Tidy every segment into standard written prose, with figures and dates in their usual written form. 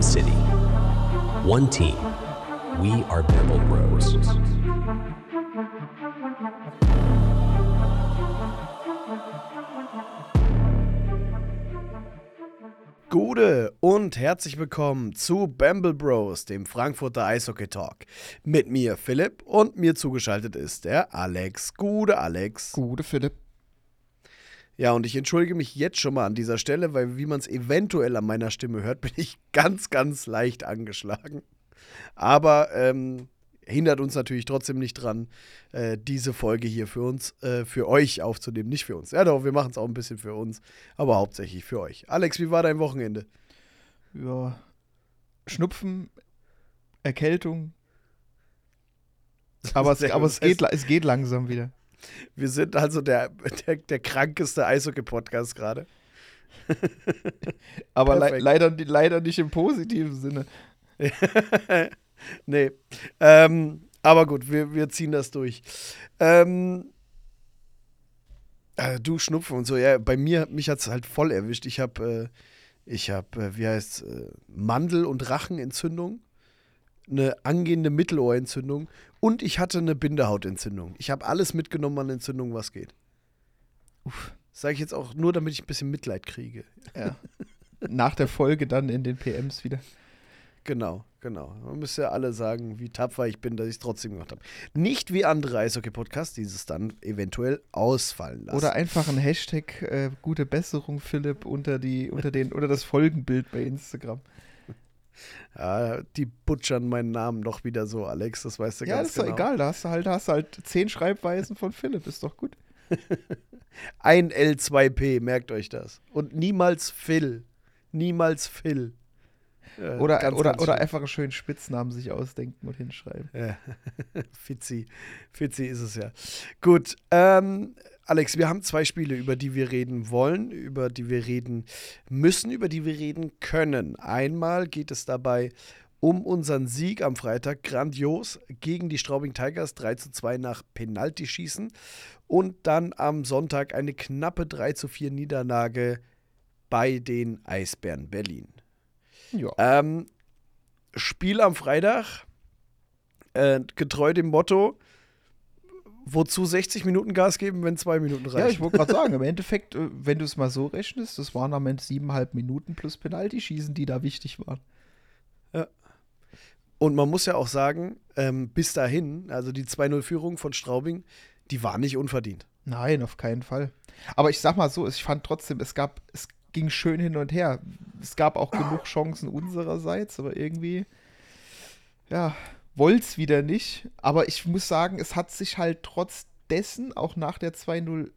city. One team. We are Bamble Bros. Gute und herzlich willkommen zu Bamble Bros, dem Frankfurter Eishockey Talk. Mit mir Philipp und mir zugeschaltet ist der Alex. Gute Alex. Gute Philipp. Ja, und ich entschuldige mich jetzt schon mal an dieser Stelle, weil wie man es eventuell an meiner Stimme hört, bin ich ganz, ganz leicht angeschlagen. Aber hindert uns natürlich trotzdem nicht dran, diese Folge hier für euch aufzunehmen. Nicht für uns. Ja doch, wir machen es auch ein bisschen für uns, aber hauptsächlich für euch. Alex, wie war dein Wochenende? Ja, Schnupfen, Erkältung. Aber es geht langsam wieder. Wir sind also der krankeste Eishockey-Podcast gerade. Aber leider nicht im positiven Sinne. Nee. Aber gut, wir ziehen das durch. Du Schnupfen und so, ja, mich hat es halt voll erwischt. Ich habe, Mandel- und Rachenentzündung, eine angehende Mittelohrentzündung und ich hatte eine Bindehautentzündung. Ich habe alles mitgenommen an Entzündungen, was geht. Sage ich jetzt auch nur, damit ich ein bisschen Mitleid kriege. Ja. Nach der Folge dann in den PMs wieder. Genau. Man müsste ja alle sagen, wie tapfer ich bin, dass ich es trotzdem gemacht habe. Nicht wie andere Eishockey-Podcasts, die es dann eventuell ausfallen lassen. Oder einfach ein Hashtag gute Besserung, Philipp, unter das Folgenbild bei Instagram. Ja, die butchern meinen Namen doch wieder so, Alex, das weißt du ja, ganz genau. Ja, das ist doch egal, da hast du halt 10 Schreibweisen von Philipp, ist doch gut. Ein L2P, merkt euch das. Und niemals Phil. Niemals Phil. Oder ganz einfach einen schönen Spitznamen sich ausdenken und hinschreiben. Ja. Fitzi ist es ja. Gut, Alex, wir haben 2 Spiele, über die wir reden wollen, über die wir reden müssen, über die wir reden können. Einmal geht es dabei um unseren Sieg am Freitag, grandios, gegen die Straubing Tigers, 3:2 nach Penaltyschießen. Und dann am Sonntag eine knappe 3:4 Niederlage bei den Eisbären Berlin. Ja. Spiel am Freitag, getreu dem Motto, wozu 60 Minuten Gas geben, wenn 2 Minuten reichen. Ja, ich wollte gerade sagen, im Endeffekt, wenn du es mal so rechnest, das waren am Ende 7,5 Minuten plus Penaltyschießen, die da wichtig waren. Ja. Und man muss ja auch sagen, bis dahin, also die 2:0-Führung von Straubing, die war nicht unverdient. Nein, auf keinen Fall. Aber ich sag mal so, ich fand trotzdem, es ging schön hin und her. Es gab auch genug Chancen unsererseits, aber irgendwie, ja, wollt's wieder nicht. Aber ich muss sagen, es hat sich halt trotz dessen, auch nach dem 2:0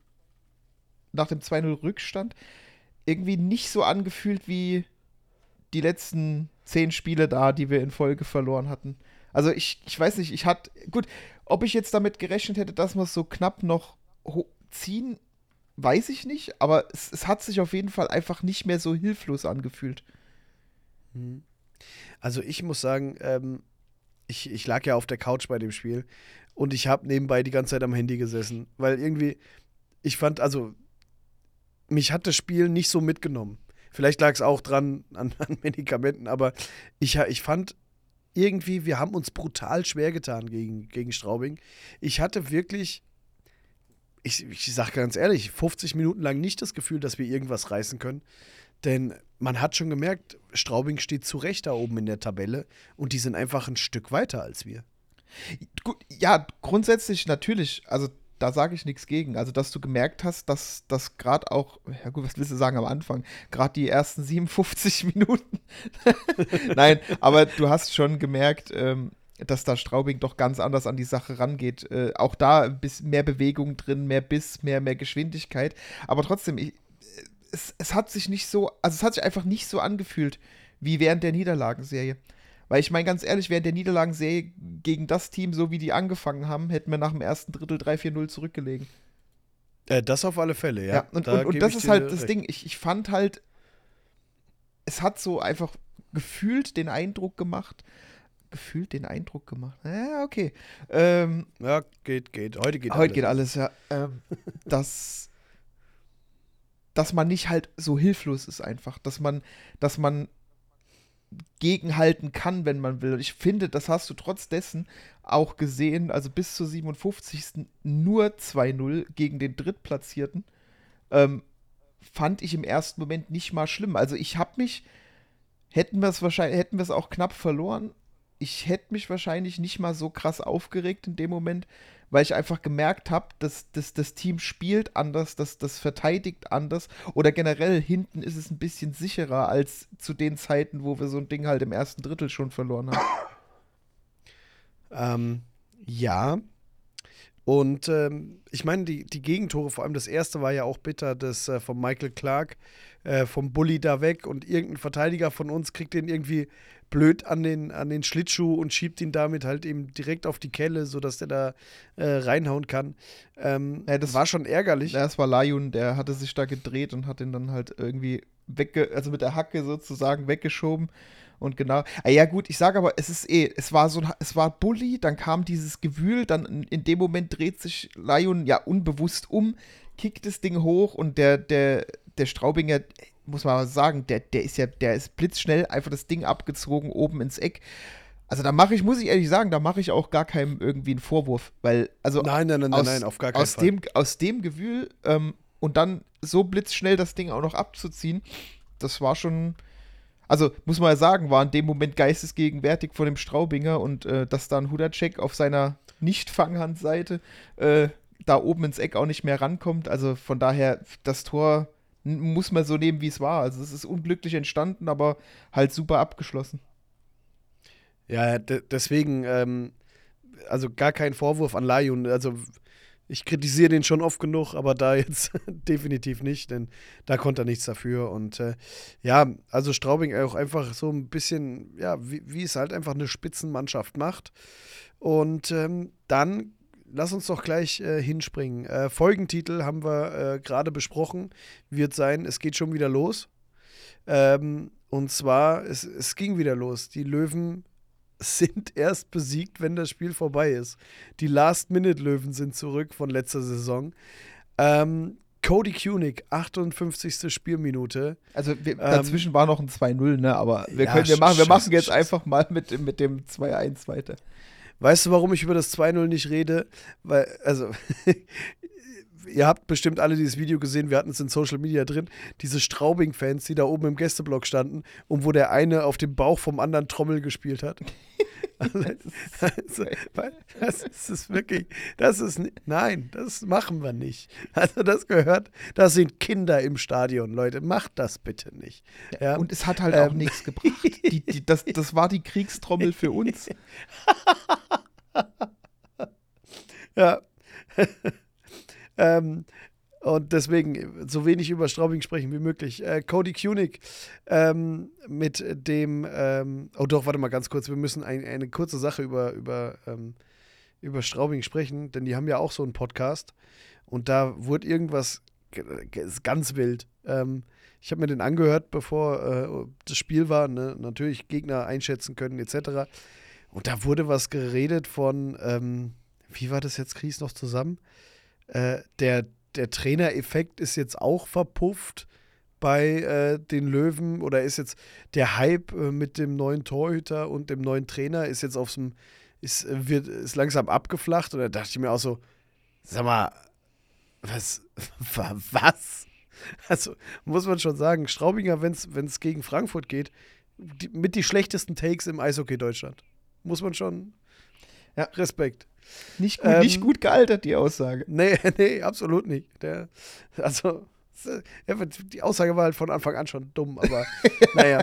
Rückstand, irgendwie nicht so angefühlt wie die letzten 10 Spiele da, die wir in Folge verloren hatten. Also ich weiß nicht, ob ich jetzt damit gerechnet hätte, dass wir es so knapp noch ziehen, weiß ich nicht, aber es hat sich auf jeden Fall einfach nicht mehr so hilflos angefühlt. Also ich muss sagen, ich lag ja auf der Couch bei dem Spiel und ich habe nebenbei die ganze Zeit am Handy gesessen, weil irgendwie, ich fand, also mich hat das Spiel nicht so mitgenommen. Vielleicht lag es auch dran an Medikamenten, aber ich fand irgendwie, wir haben uns brutal schwer getan gegen Straubing. Ich hatte wirklich, ich sag ganz ehrlich, 50 Minuten lang nicht das Gefühl, dass wir irgendwas reißen können. Denn man hat schon gemerkt, Straubing steht zu Recht da oben in der Tabelle und die sind einfach ein Stück weiter als wir. Gut, ja, grundsätzlich natürlich, also da sage ich nichts gegen. Also, dass du gemerkt hast, dass das gerade auch, ja gut, was willst du sagen am Anfang, gerade die ersten 57 Minuten. Nein, aber du hast schon gemerkt, dass da Straubing doch ganz anders an die Sache rangeht. Auch da ein bisschen mehr Bewegung drin, mehr Biss, mehr Geschwindigkeit. Aber trotzdem, es hat sich nicht so, also es hat sich einfach nicht so angefühlt wie während der Niederlagenserie. Weil ich meine, ganz ehrlich, während der Niederlagenserie gegen das Team, so wie die angefangen haben, hätten wir nach dem ersten Drittel 3-4-0 zurückgelegen. Das auf alle Fälle, ja. Und das ist halt das Ding. Ich fand halt, es hat so einfach gefühlt den Eindruck gemacht. Ja, okay. Ja, geht. Heute geht alles. Heute geht alles, ja. Dass man nicht halt so hilflos ist einfach. Dass man gegenhalten kann, wenn man will. Und ich finde, das hast du trotz dessen auch gesehen, also bis zur 57. nur 2-0 gegen den Drittplatzierten, fand ich im ersten Moment nicht mal schlimm. Also hätten wir es auch knapp verloren, ich hätte mich wahrscheinlich nicht mal so krass aufgeregt in dem Moment, weil ich einfach gemerkt habe, dass das Team spielt anders, dass das verteidigt anders oder generell hinten ist es ein bisschen sicherer als zu den Zeiten, wo wir so ein Ding halt im ersten Drittel schon verloren haben. Ja. Und ich meine, die Gegentore, vor allem das erste war ja auch bitter, das von Michael Clark, vom Bully da weg und irgendein Verteidiger von uns kriegt den irgendwie blöd an den Schlittschuh und schiebt ihn damit halt eben direkt auf die Kelle, sodass der da reinhauen kann. Das war schon ärgerlich. Ja, das war Layun, der hatte sich da gedreht und hat ihn dann halt irgendwie also mit der Hacke sozusagen weggeschoben. Und genau. Ja gut, ich sage aber, es war Bully, dann kam dieses Gewühl, dann in dem Moment dreht sich Layun ja unbewusst um, kickt das Ding hoch und der Straubinger, muss man mal sagen, der ist blitzschnell einfach das Ding abgezogen oben ins Eck. Also muss ich ehrlich sagen, da mache ich auch gar keinem irgendwie einen Vorwurf, weil, also Nein, auf gar keinen Fall. Aus dem Gewühl und dann so blitzschnell das Ding auch noch abzuziehen, das war schon. Also, muss man ja sagen, war in dem Moment geistesgegenwärtig von dem Straubinger und dass da ein Hudacek auf seiner Nicht-Fanghandseite da oben ins Eck auch nicht mehr rankommt. Also von daher, das Tor muss man so nehmen, wie es war. Also es ist unglücklich entstanden, aber halt super abgeschlossen. Ja, deswegen, also gar kein Vorwurf an Layun. Also ich kritisiere den schon oft genug, aber da jetzt definitiv nicht, denn da konnte er nichts dafür. Und ja, also Straubing auch einfach so ein bisschen, ja, wie es halt einfach eine Spitzenmannschaft macht. Und dann lass uns doch gleich hinspringen. Folgentitel haben wir gerade besprochen, wird sein, es geht schon wieder los. Und zwar, es ging wieder los. Die Löwen sind erst besiegt, wenn das Spiel vorbei ist. Die Last-Minute-Löwen sind zurück von letzter Saison. Cody Kunig, 58. Spielminute. Also dazwischen war noch ein 2-0, ne? Aber wir machen jetzt einfach mal mit dem 2-1 weiter. Weißt du, warum ich über das 2-0 nicht rede? Weil, also, ihr habt bestimmt alle dieses Video gesehen, wir hatten es in Social Media drin, diese Straubing-Fans, die da oben im Gästeblock standen und wo der eine auf dem Bauch vom anderen Trommel gespielt hat. Das ist wirklich, nein, das machen wir nicht. Also das sind Kinder im Stadion, Leute, macht das bitte nicht. Ja? Und es hat halt auch nichts gebracht. Das war die Kriegstrommel für uns. Ja. Und deswegen so wenig über Straubing sprechen wie möglich. Cody Kunig mit dem oh doch, warte mal ganz kurz, wir müssen eine kurze Sache über Straubing sprechen, denn die haben ja auch so einen Podcast und da wurde irgendwas ganz wild. Ich habe mir den angehört, bevor das Spiel war, ne? Natürlich Gegner einschätzen können etc. Und da wurde was geredet von, wie war das jetzt, kriege ich es noch zusammen? Der Trainereffekt ist jetzt auch verpufft bei den Löwen oder ist jetzt der Hype mit dem neuen Torhüter und dem neuen Trainer ist jetzt ist langsam abgeflacht und da dachte ich mir auch so, sag mal, was? Also muss man schon sagen, Straubinger, wenn es gegen Frankfurt geht, mit die schlechtesten Takes im Eishockey Deutschland. Muss man schon, ja, Respekt. Nicht gut gealtert, die Aussage. Nee, absolut nicht. Die Aussage war halt von Anfang an schon dumm, aber naja.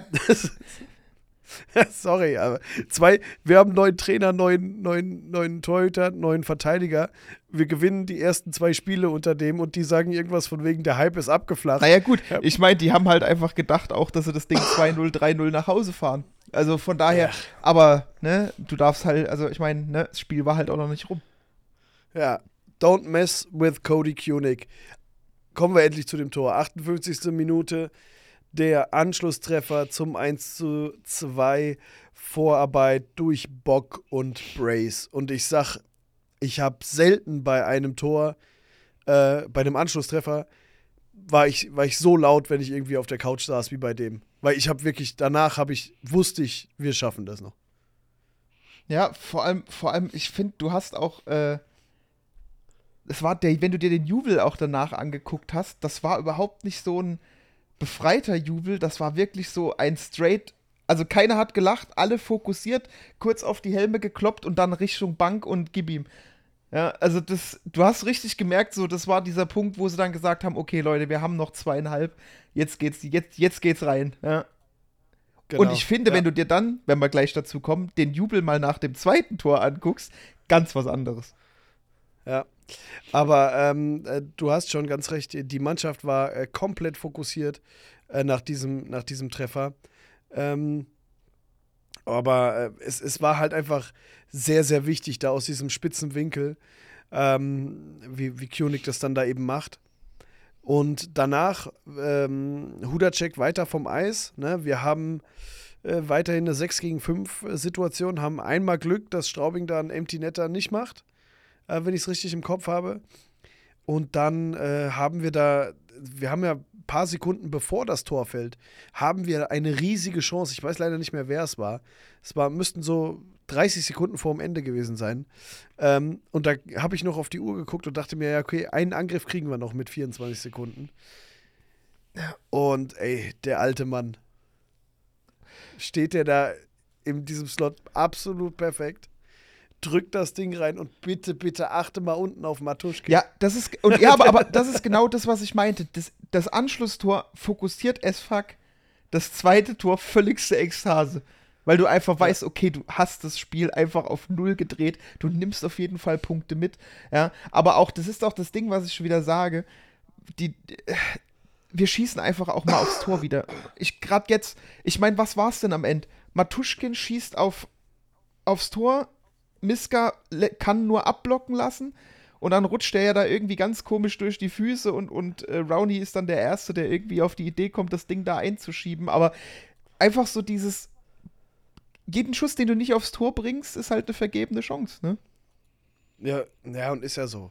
Sorry, aber wir haben neuen Trainer, neuen Torhüter, neuen Verteidiger. Wir gewinnen die ersten 2 Spiele unter dem und die sagen irgendwas von wegen, der Hype ist abgeflacht. Naja gut, ich meine, die haben halt einfach gedacht auch, dass sie das Ding 2-0, 3-0 nach Hause fahren. Also von daher, aber, ne, du darfst halt, also ich meine, ne, das Spiel war halt auch noch nicht rum. Ja, don't mess with Cody Kunig. Kommen wir endlich zu dem Tor. 58. Minute, der Anschlusstreffer zum 1:2, Vorarbeit durch Bock und Brace. Und ich sag, ich habe selten bei einem Tor, bei einem Anschlusstreffer, war ich so laut, wenn ich irgendwie auf der Couch saß, wie bei dem. Weil ich habe wirklich, wusste ich, wir schaffen das noch. Ja, vor allem, ich finde, du hast auch, wenn du dir den Jubel auch danach angeguckt hast, das war überhaupt nicht so ein befreiter Jubel, das war wirklich so ein straight, also keiner hat gelacht, alle fokussiert, kurz auf die Helme gekloppt und dann Richtung Bank und gib ihm. Ja, also du hast richtig gemerkt, so, das war dieser Punkt, wo sie dann gesagt haben, okay, Leute, wir haben noch 2,5, jetzt geht's rein, ja. Genau. Und ich finde, wenn du dir dann, wenn wir gleich dazu kommen, den Jubel mal nach dem zweiten Tor anguckst, ganz was anderes. Ja, aber du hast schon ganz recht, die Mannschaft war komplett fokussiert nach diesem Treffer. Aber es war halt einfach sehr, sehr wichtig, da aus diesem spitzen Winkel, wie Kionik das dann da eben macht. Und danach Hudacek weiter vom Eis. Ne? Wir haben weiterhin eine 6 gegen 5 Situation, haben einmal Glück, dass Straubing da einen Empty Netter nicht macht, wenn ich es richtig im Kopf habe. Und dann haben wir haben ja ein paar Sekunden bevor das Tor fällt, haben wir eine riesige Chance. Ich weiß leider nicht mehr, wer es war. Müssten so 30 Sekunden vor dem Ende gewesen sein. Und da habe ich noch auf die Uhr geguckt und dachte mir, ja, okay, einen Angriff kriegen wir noch mit 24 Sekunden. Und ey, der alte Mann. Steht der da in diesem Slot absolut perfekt. Drückt das Ding rein und bitte achte mal unten auf Matuschke. Ja, aber das ist genau das, was ich meinte. Das Anschlusstor fokussiert as fuck. Das zweite Tor völligste Ekstase. Weil du einfach weißt, okay, du hast das Spiel einfach auf 0 gedreht. Du nimmst auf jeden Fall Punkte mit. Ja, aber auch, das ist auch das Ding, was ich schon wieder sage. Wir schießen einfach auch mal aufs Tor wieder. Gerade jetzt, ich meine, was war's denn am Ende? Matuschkin schießt aufs Tor. Miska kann nur abblocken lassen und dann rutscht er ja da irgendwie ganz komisch durch die Füße und Rowney ist dann der Erste, der irgendwie auf die Idee kommt, das Ding da einzuschieben. Aber einfach so jeden Schuss, den du nicht aufs Tor bringst, ist halt eine vergebene Chance, ne? Ja, und ist ja so.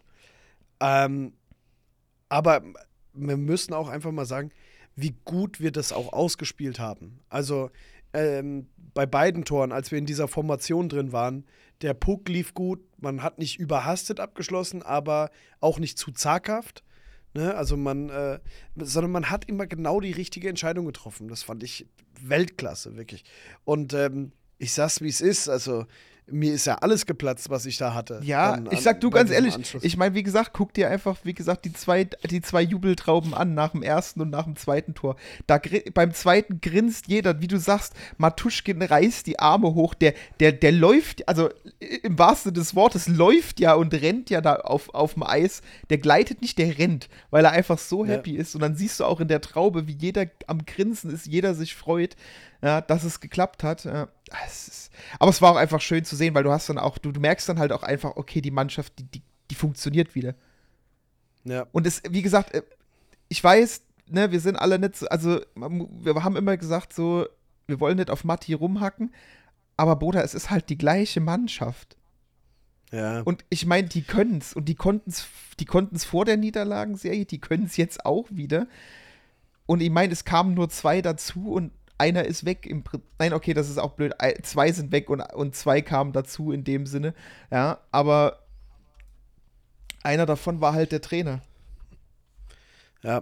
Aber wir müssen auch einfach mal sagen, wie gut wir das auch ausgespielt haben. Also bei beiden Toren, als wir in dieser Formation drin waren, der Puck lief gut, man hat nicht überhastet abgeschlossen, aber auch nicht zu zaghaft. Ne? Also sondern man hat immer genau die richtige Entscheidung getroffen. Das fand ich Weltklasse, wirklich. Und ich sag's, wie es ist, also mir ist ja alles geplatzt, was ich da hatte. Ja, ich sag du ganz ehrlich, ich meine, wie gesagt, guck dir einfach, wie gesagt, die zwei Jubeltrauben an, nach dem ersten und nach dem zweiten Tor. Beim zweiten grinst jeder, wie du sagst, Matuschkin reißt die Arme hoch, der läuft, also im wahrsten Sinne des Wortes, läuft ja und rennt ja da auf dem Eis. Der gleitet nicht, der rennt, weil er einfach so happy ist. Und dann siehst du auch in der Traube, wie jeder am Grinsen ist, jeder sich freut, ja, dass es geklappt hat. Ja. Aber es war auch einfach schön zu sehen, weil du hast dann auch, du merkst dann halt auch einfach, okay, die Mannschaft, die funktioniert wieder. Ja. Und wie gesagt, ich weiß, ne, wir sind alle nicht so, also wir haben immer gesagt so, wir wollen nicht auf Matti rumhacken, aber Bruder, es ist halt die gleiche Mannschaft. Ja. Und ich meine, die können's und die konnten's vor der Niederlagenserie, die können es jetzt auch wieder. Und ich meine, es kamen nur 2 dazu und einer ist weg. Nein, okay, das ist auch blöd. 2 sind weg und 2 kamen dazu in dem Sinne. Ja, aber einer davon war halt der Trainer. Ja,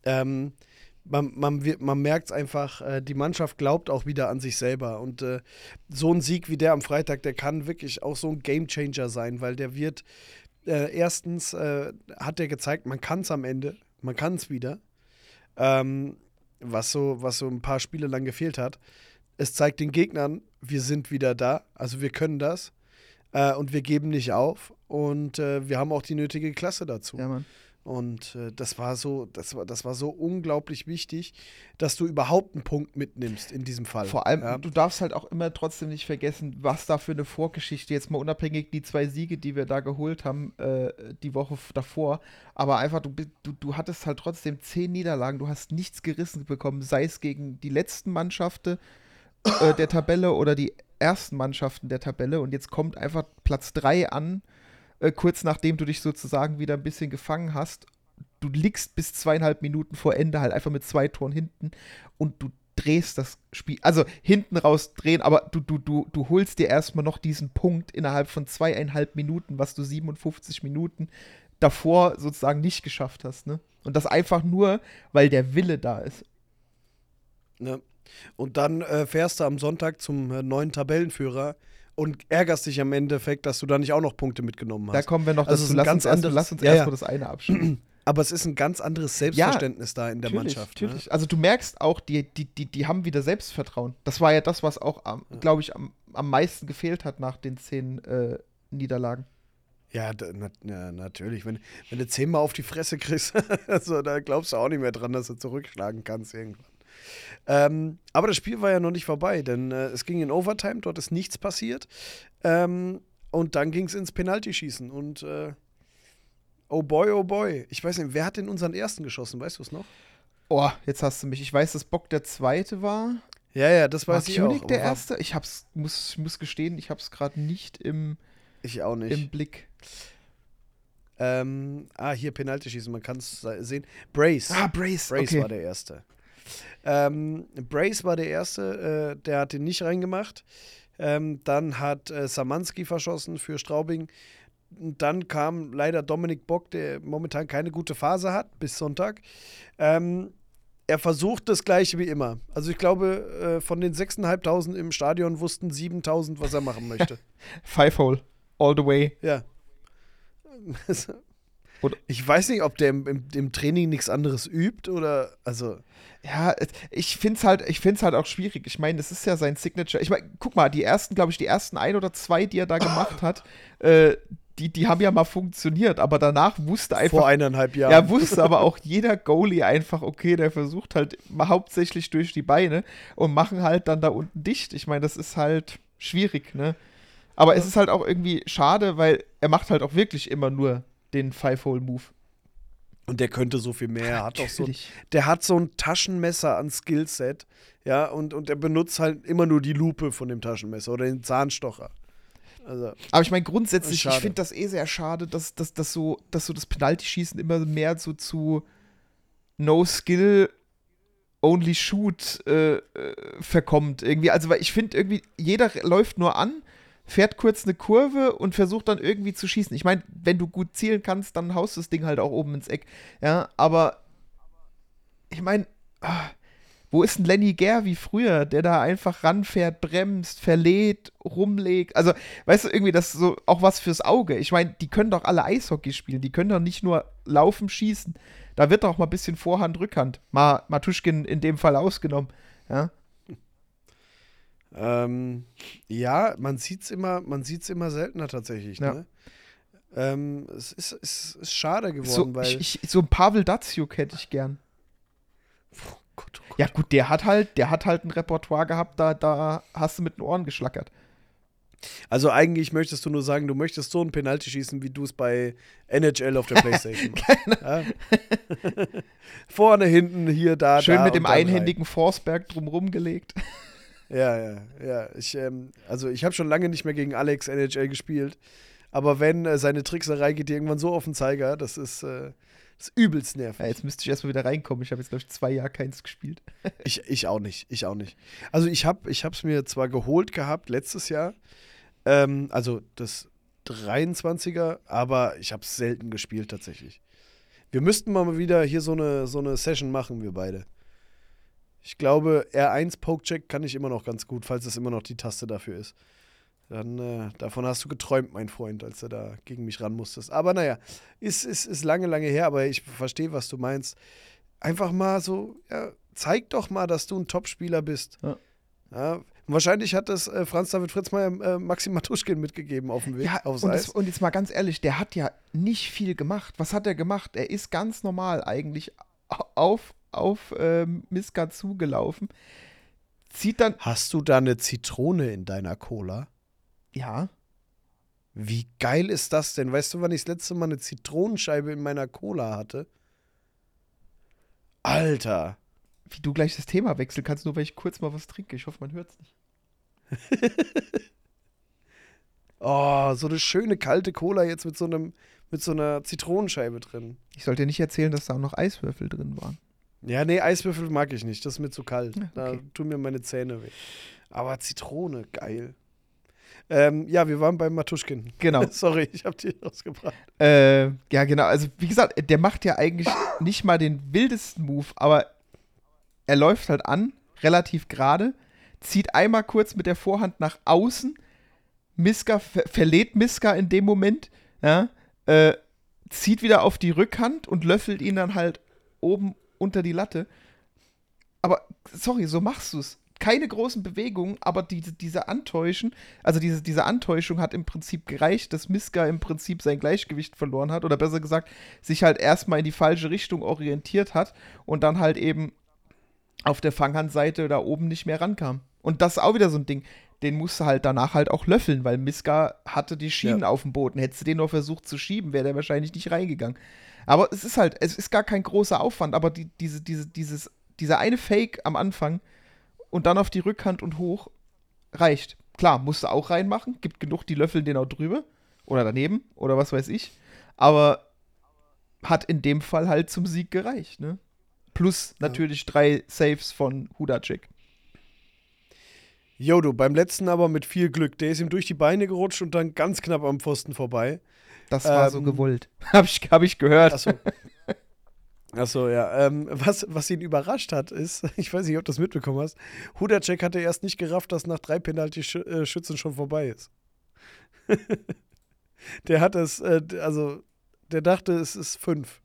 man merkt es einfach, die Mannschaft glaubt auch wieder an sich selber. Und so ein Sieg wie der am Freitag, der kann wirklich auch so ein Gamechanger sein, weil der wird, erstens hat der gezeigt, man kann es am Ende, man kann es wieder. Was so ein paar Spiele lang gefehlt hat. Es zeigt den Gegnern, wir sind wieder da, also wir können das und wir geben nicht auf und wir haben auch die nötige Klasse dazu. Ja, Mann. Und das war so unglaublich wichtig, dass du überhaupt einen Punkt mitnimmst in diesem Fall. Vor allem, du darfst halt auch immer trotzdem nicht vergessen, was da für eine Vorgeschichte, jetzt mal unabhängig die 2 Siege, die wir da geholt haben, die Woche davor, aber einfach, du hattest halt trotzdem 10 Niederlagen, du hast nichts gerissen bekommen, sei es gegen die letzten Mannschaften der Tabelle oder die ersten Mannschaften der Tabelle und jetzt kommt einfach Platz 3 an, kurz nachdem du dich sozusagen wieder ein bisschen gefangen hast. Du liegst bis 2,5 Minuten vor Ende halt einfach mit 2 Toren hinten und drehst das Spiel, also hinten raus drehen, aber du holst dir erstmal noch diesen Punkt innerhalb von 2,5 Minuten, was du 57 Minuten davor sozusagen nicht geschafft hast, ne? Und das einfach nur, weil der Wille da ist. Ne? Und dann fährst du am Sonntag zum neuen Tabellenführer und ärgerst dich am Endeffekt, dass du da nicht auch noch Punkte mitgenommen hast. Da kommen wir noch Also dazu. Lass uns erstmal das eine abschließen. Aber es ist ein ganz anderes Selbstverständnis da in der Mannschaft. Natürlich. Ne? Also du merkst auch, die haben wieder Selbstvertrauen. Das war ja das, was auch, glaube ich, am meisten gefehlt hat nach den 10 Niederlagen. Ja, natürlich. Wenn du 10-mal auf die Fresse kriegst, also, da glaubst du auch nicht mehr dran, dass du zurückschlagen kannst irgendwann. Aber das Spiel war ja noch nicht vorbei, denn es ging in Overtime, dort ist nichts passiert. Und dann ging es ins Penaltyschießen. Und oh boy. Ich weiß nicht, wer hat denn unseren ersten geschossen? Weißt du es noch? Oh, jetzt hast du mich. Ich weiß, dass Bock der Zweite war. Ja, das weiß ich auch. der Erste? Ich muss gestehen, ich hab's gerade nicht ich auch nicht. Im Blick. Hier Penaltyschießen, man kann es sehen. Brace. Brace Brace okay. war der Erste. Brace war der Erste, der hat den nicht reingemacht. Dann hat Szamanski verschossen für Straubing. Und dann kam leider Dominik Bock, der momentan keine gute Phase hat, bis Sonntag. Er versucht das Gleiche wie immer. Also ich glaube, von den 6.500 im Stadion wussten 7.000, was er machen möchte. 5-Hole, all the way. Ja. Ich weiß nicht, ob der im Training nichts anderes übt oder, also. Ja, ich find's halt auch schwierig. Ich meine, das ist ja sein Signature. Ich meine, guck mal, die ersten 1 oder 2, die er da gemacht hat, die haben ja mal funktioniert, aber danach wusste einfach. Vor 1,5 Jahren. Ja, wusste aber auch jeder Goalie einfach, okay, der versucht halt hauptsächlich durch die Beine und machen halt dann da unten dicht. Ich meine, das ist halt schwierig, ne? Aber es ist halt auch irgendwie schade, weil er macht halt auch wirklich immer nur den 5-Hole-Move. Und der könnte so viel mehr. Der hat so ein Taschenmesser an Skillset, ja, und er benutzt halt immer nur die Lupe von dem Taschenmesser oder den Zahnstocher. Also, aber ich meine, grundsätzlich, ich finde das sehr schade, dass so das Penalty-Schießen immer mehr so zu No-Skill, Only-Shoot verkommt irgendwie. Also, weil ich finde irgendwie, jeder läuft nur an, fährt kurz eine Kurve und versucht dann irgendwie zu schießen. Ich meine, wenn du gut zielen kannst, dann haust du das Ding halt auch oben ins Eck. Ja, aber ich meine, wo ist ein Lenny Ger wie früher, der da einfach ranfährt, bremst, verlädt, rumlegt? Also, weißt du, irgendwie das ist so auch was fürs Auge. Ich meine, die können doch alle Eishockey spielen. Die können doch nicht nur laufen, schießen. Da wird doch mal ein bisschen Vorhand, Rückhand. Mal Matuschkin in dem Fall ausgenommen. Ja. Ja, man sieht's immer seltener tatsächlich, ja. Ne? Es ist schade geworden, weil. So ein Pavel Datsyuk hätte ich gern. Oh Gott. Ja, gut, der hat halt ein Repertoire gehabt, da hast du mit den Ohren geschlackert. Also eigentlich möchtest du nur sagen, du möchtest so ein Penalty schießen, wie du es bei NHL auf der Playstation machst. Ja? Vorne, hinten, hier, da, schön da. Schön mit dem einhändigen Forsberg drumrum gelegt. Ja. Ich habe schon lange nicht mehr gegen Alex NHL gespielt. Aber wenn seine Trickserei geht dir irgendwann so auf den Zeiger, das ist übelst nervig. Ja, jetzt müsste ich erstmal wieder reinkommen. Ich habe jetzt, glaube ich, 2 Jahre keins gespielt. Ich auch nicht. Also ich hab's mir zwar geholt gehabt letztes Jahr, also das 23er, aber ich habe es selten gespielt tatsächlich. Wir müssten mal wieder hier so eine Session machen, wir beide. Ich glaube, R1 Pokecheck kann ich immer noch ganz gut, falls es immer noch die Taste dafür ist. Dann, davon hast du geträumt, mein Freund, als du da gegen mich ran musstest. Aber naja, ist lange, lange her, aber ich verstehe, was du meinst. Einfach mal so, ja, zeig doch mal, dass du ein Topspieler bist. Ja. Ja, wahrscheinlich hat das Franz David Fritzmeier Maxim Matuschkin mitgegeben auf dem Weg aufs Eis. Und jetzt mal ganz ehrlich, der hat ja nicht viel gemacht. Was hat er gemacht? Er ist ganz normal eigentlich auf Miska zugelaufen. Zieht dann. Hast du da eine Zitrone in deiner Cola? Ja. Wie geil ist das denn? Weißt du, wann ich das letzte Mal eine Zitronenscheibe in meiner Cola hatte? Alter. Wie du gleich das Thema wechseln kannst, nur weil ich kurz mal was trinke. Ich hoffe, man hört es nicht. Oh, so eine schöne kalte Cola jetzt mit so einer Zitronenscheibe drin. Ich sollte dir nicht erzählen, dass da auch noch Eiswürfel drin waren. Ja, nee, Eiswürfel mag ich nicht. Das ist mir zu kalt. Ja, okay. Da tun mir meine Zähne weh. Aber Zitrone, geil. Ja, wir waren beim Matuschkin. Genau. Sorry, ich habe die rausgebracht. Ja, genau. Also, wie gesagt, der macht ja eigentlich nicht mal den wildesten Move, aber er läuft halt an, relativ gerade, zieht einmal kurz mit der Vorhand nach außen. Miska verlädt Miska in dem Moment, ja, zieht wieder auf die Rückhand und löffelt ihn dann halt oben unter die Latte. Aber, sorry, so machst du es. Keine großen Bewegungen, aber diese Antäuschen, also diese Antäuschung hat im Prinzip gereicht, dass Miska im Prinzip sein Gleichgewicht verloren hat oder besser gesagt, sich halt erstmal in die falsche Richtung orientiert hat und dann halt eben auf der Fanghandseite da oben nicht mehr rankam. Und das ist auch wieder so ein Ding, den musst du halt danach halt auch löffeln, weil Miska hatte die Schienen auf dem Boden. Hättest du den noch versucht zu schieben, wäre der wahrscheinlich nicht reingegangen. Aber es ist gar kein großer Aufwand, aber dieser eine Fake am Anfang und dann auf die Rückhand und hoch reicht. Klar, musst du auch reinmachen, gibt genug, die löffeln den auch drüber oder daneben oder was weiß ich. Aber hat in dem Fall halt zum Sieg gereicht, ne? Plus natürlich 3 Saves von Hudacek. Jodo, beim letzten aber mit viel Glück. Der ist ihm durch die Beine gerutscht und dann ganz knapp am Pfosten vorbei. Das war so gewollt. Hab ich gehört. Achso, ja. Was ihn überrascht hat, ist, ich weiß nicht, ob du das mitbekommen hast, Hudacek hatte erst nicht gerafft, dass nach 3 Penalty-Schützen schon vorbei ist. Der hat es, der dachte, es ist 5.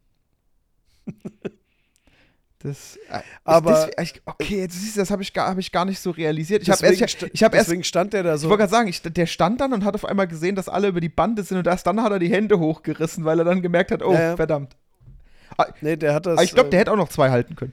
Okay, jetzt siehst du, das habe ich gar nicht so realisiert. Deswegen stand der da so. Ich wollte gerade sagen, der stand dann und hat auf einmal gesehen, dass alle über die Bande sind und erst dann hat er die Hände hochgerissen, weil er dann gemerkt hat, verdammt. Nee, der hat das. Aber ich glaube, der hätte auch noch 2 halten können.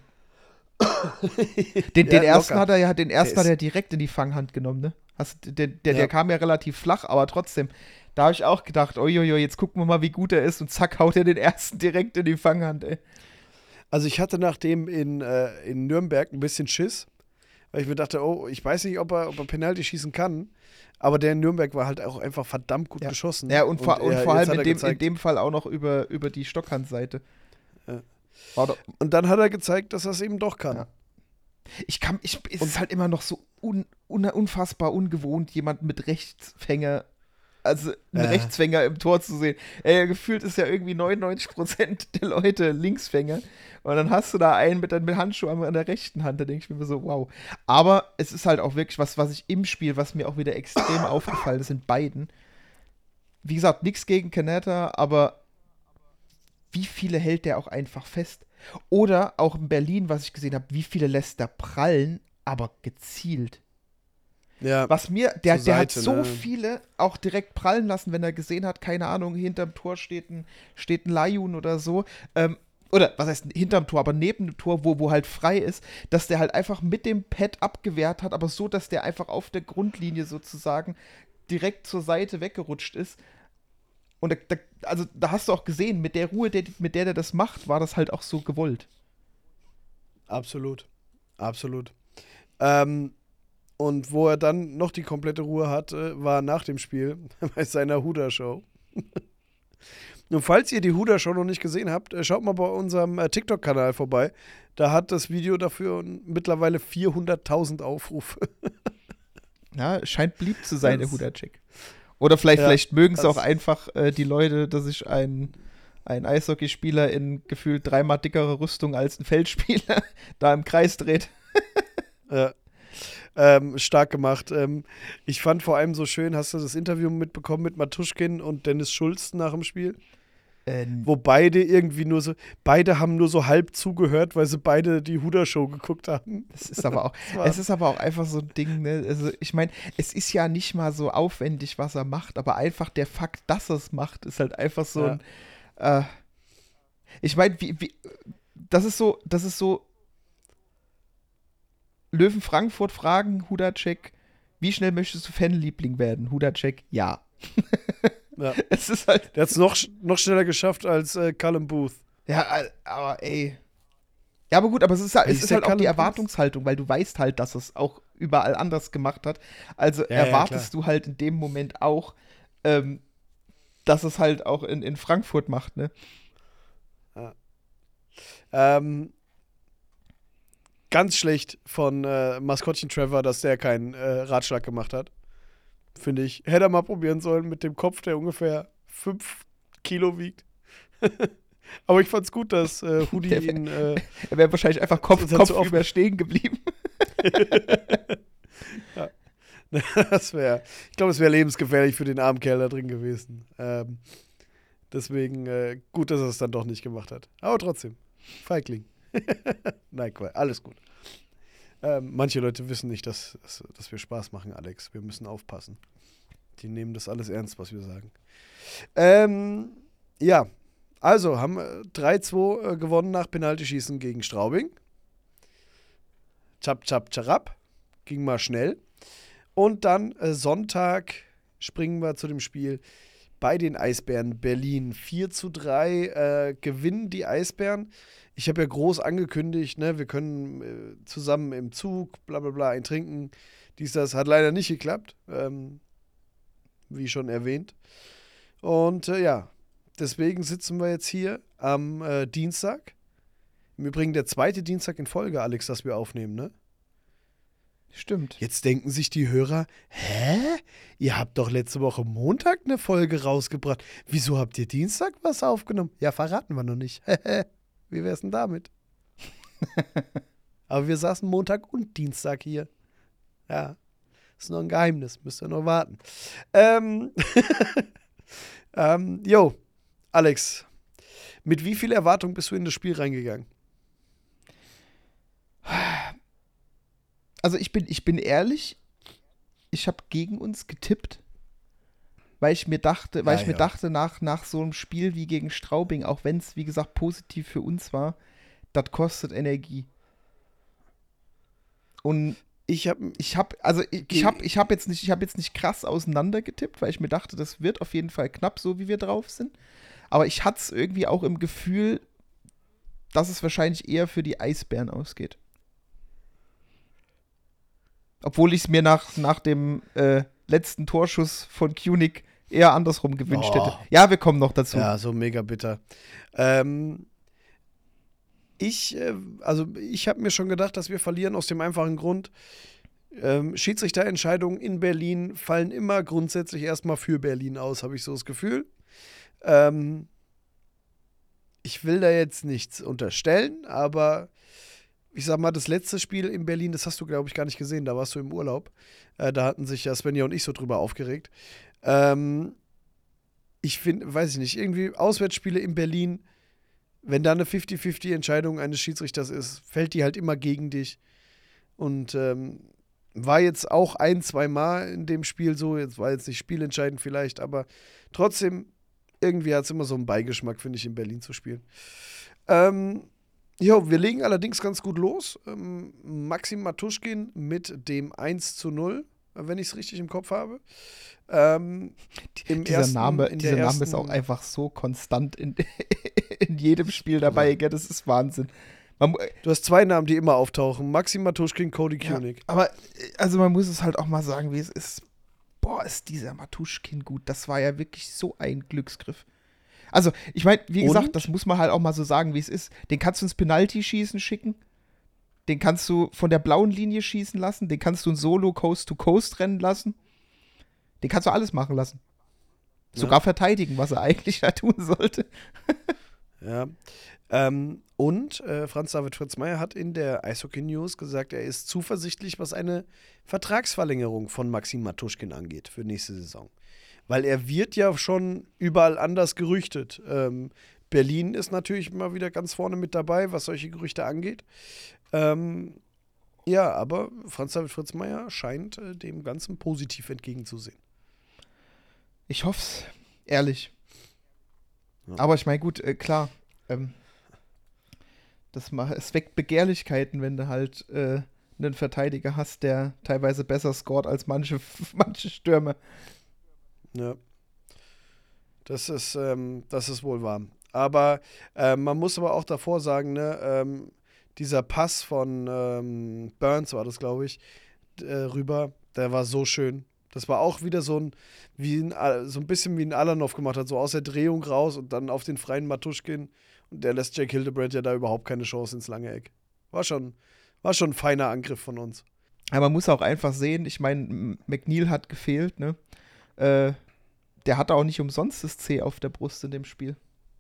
Den ersten hat er direkt in die Fanghand genommen, ne? Der kam ja relativ flach, aber trotzdem. Da habe ich auch gedacht, uiuiui, jetzt gucken wir mal, wie gut er ist und zack, haut er den ersten direkt in die Fanghand, ey. Also ich hatte nach dem in Nürnberg ein bisschen Schiss, weil ich mir dachte, ich weiß nicht, ob er Penalty schießen kann, aber der in Nürnberg war halt auch einfach verdammt gut geschossen. Ja, und vor allem in dem Fall auch noch über die Stockhandseite. Ja. Und dann hat er gezeigt, dass er es eben doch kann. Ja. Es ist halt immer noch so unfassbar ungewohnt, jemanden mit Rechtsfänger, also einen Rechtsfänger im Tor zu sehen. Gefühlt ist ja irgendwie 99% der Leute Linksfänger. Und dann hast du da einen mit Handschuh an der rechten Hand. Da denke ich mir so, wow. Aber es ist halt auch wirklich was ich im Spiel, was mir auch wieder extrem aufgefallen ist in beiden. Wie gesagt, nichts gegen Kanata, aber wie viele hält der auch einfach fest? Oder auch in Berlin, was ich gesehen habe, wie viele lässt der prallen, aber gezielt. Ja, der hat so viele auch direkt prallen lassen, wenn er gesehen hat, keine Ahnung, hinterm Tor steht ein Lajun oder so. Oder was heißt hinterm Tor, aber neben dem Tor, wo halt frei ist, dass der halt einfach mit dem Pad abgewehrt hat, aber so, dass der einfach auf der Grundlinie sozusagen direkt zur Seite weggerutscht ist. Und da hast du auch gesehen, mit der Ruhe, mit der das macht, war das halt auch so gewollt. Absolut. Und wo er dann noch die komplette Ruhe hatte, war nach dem Spiel bei seiner Huda-Show. Und falls ihr die Huda-Show noch nicht gesehen habt, schaut mal bei unserem TikTok-Kanal vorbei. Da hat das Video dafür mittlerweile 400.000 Aufrufe. Ja, scheint beliebt zu sein, der Hudacek. Oder vielleicht mögen es auch einfach die Leute, dass sich ein Eishockeyspieler in gefühlt 3-mal dickere Rüstung als ein Feldspieler da im Kreis dreht. Ja. Stark gemacht. Ich fand vor allem so schön, hast du das Interview mitbekommen mit Matuschkin und Dennis Schulz nach dem Spiel? Wo beide haben nur so halb zugehört, weil sie beide die Huda-Show geguckt haben. Es ist aber auch einfach so ein Ding, ne? Also ich meine, es ist ja nicht mal so aufwendig, was er macht, aber einfach der Fakt, dass er es macht, ist halt einfach so ein ich meine, das ist so Löwen Frankfurt fragen Hudacek, wie schnell möchtest du Fanliebling werden? Hudacek, ja. Ja. Es ist halt. Der hat es noch schneller geschafft als Callum Booth. Ja, aber ey. Ja, aber gut, aber es ist halt auch die Erwartungshaltung, weil du weißt halt, dass es auch überall anders gemacht hat. Also erwartest du halt in dem Moment auch, dass es halt auch in Frankfurt macht, ne? Ja. Ganz schlecht von Maskottchen Trevor, dass der keinen Ratschlag gemacht hat. Finde ich. Hätte er mal probieren sollen mit dem Kopf, der ungefähr 5 Kilo wiegt. Aber ich fand's gut, dass Hudi ihn. Er wäre wahrscheinlich einfach Kopf über stehen geblieben. Ja. Ich glaube, es wäre lebensgefährlich für den armen Kerl da drin gewesen. Deswegen gut, dass er es dann doch nicht gemacht hat. Aber trotzdem, Feigling. Nein, Quatsch, alles gut. Manche Leute wissen nicht, dass wir Spaß machen, Alex. Wir müssen aufpassen. Die nehmen das alles ernst, was wir sagen. Ja, also haben 3-2 gewonnen nach Penaltyschießen gegen Straubing. Chap, chap, charab. Ging mal schnell. Und dann Sonntag springen wir zu dem Spiel bei den Eisbären Berlin. 4-3 gewinnen die Eisbären. Ich habe ja groß angekündigt, ne, wir können zusammen im Zug, bla bla bla, ein trinken. Das hat leider nicht geklappt, wie schon erwähnt. Und ja, deswegen sitzen wir jetzt hier am Dienstag. Im Übrigen der zweite Dienstag in Folge, Alex, dass wir aufnehmen, ne? Stimmt. Jetzt denken sich die Hörer, hä? Ihr habt doch letzte Woche Montag eine Folge rausgebracht. Wieso habt ihr Dienstag was aufgenommen? Ja, verraten wir noch nicht. Wie wär's denn damit? Aber wir saßen Montag und Dienstag hier. Ja, ist noch ein Geheimnis. Müsst ihr noch warten. Jo, Alex, mit wie viel Erwartung bist du in das Spiel reingegangen? Also ich bin ehrlich, ich habe gegen uns getippt, weil ich mir dachte, nach so einem Spiel wie gegen Straubing, auch wenn es, wie gesagt, positiv für uns war, das kostet Energie. Und ich habe jetzt nicht krass auseinander getippt, weil ich mir dachte, das wird auf jeden Fall knapp, so wie wir drauf sind. Aber ich hatte es irgendwie auch im Gefühl, dass es wahrscheinlich eher für die Eisbären ausgeht. Obwohl ich es mir nach dem letzten Torschuss von Kunig eher andersrum gewünscht hätte. Ja, wir kommen noch dazu. Ja, so mega bitter. Ich habe mir schon gedacht, dass wir verlieren aus dem einfachen Grund, Schiedsrichterentscheidungen in Berlin fallen immer grundsätzlich erstmal für Berlin aus, habe ich so das Gefühl. Ich will da jetzt nichts unterstellen, aber ich sag mal, das letzte Spiel in Berlin, das hast du, glaube ich, gar nicht gesehen, da warst du im Urlaub. Da hatten sich ja Svenja und ich so drüber aufgeregt. Ich finde, weiß ich nicht, irgendwie Auswärtsspiele in Berlin, wenn da eine 50-50-Entscheidung eines Schiedsrichters ist, fällt die halt immer gegen dich. Und war jetzt auch 1-2 Mal in dem Spiel so, jetzt war jetzt nicht spielentscheidend vielleicht, aber trotzdem, irgendwie hat es immer so einen Beigeschmack, finde ich, in Berlin zu spielen. Jo, wir legen allerdings ganz gut los. Maxim Matuschkin mit dem 1-0, wenn ich es richtig im Kopf habe. Dieser Name ist auch einfach so konstant in jedem Spiel dabei, gell? Das ist Wahnsinn. Du hast 2 Namen, die immer auftauchen. Maxim Matuschkin, Cody Kunig. Ja, aber also man muss es halt auch mal sagen, wie es ist. Boah, ist dieser Matuschkin gut. Das war ja wirklich so ein Glücksgriff. Also, ich meine, wie gesagt, das muss man halt auch mal so sagen, wie es ist. Den kannst du ins Penalty-Schießen schicken. Den kannst du von der blauen Linie schießen lassen. Den kannst du ein Solo Coast-to-Coast rennen lassen. Den kannst du alles machen lassen. Sogar verteidigen, was er eigentlich da tun sollte. Ja. Und Franz David Fritz Meier hat in der Eishockey News gesagt, er ist zuversichtlich, was eine Vertragsverlängerung von Maxim Matuschkin angeht für nächste Saison. Weil er wird ja schon überall anders gerüchtet. Berlin ist natürlich immer wieder ganz vorne mit dabei, was solche Gerüchte angeht. Ja, aber Franz David Fritz Meier scheint dem Ganzen positiv entgegenzusehen. Ich hoff's, ehrlich. Ja. Aber ich meine, gut, klar, es weckt Begehrlichkeiten, wenn du halt einen Verteidiger hast, der teilweise besser scored als manche Stürmer. Ja, das ist wohl wahr. Aber man muss aber auch davor sagen, ne, dieser Pass von Burns war das, glaube ich, rüber, der war so schön. Das war auch wieder so ein bisschen wie ein Alanov gemacht hat, so aus der Drehung raus und dann auf den freien Matuschkin. Und der lässt Jake Hildebrand ja da überhaupt keine Chance ins lange Eck. War schon War schon ein feiner Angriff von uns. Aber man muss auch einfach sehen, ich meine, McNeil hat gefehlt, ne? Der hatte auch nicht umsonst das C auf der Brust in dem Spiel.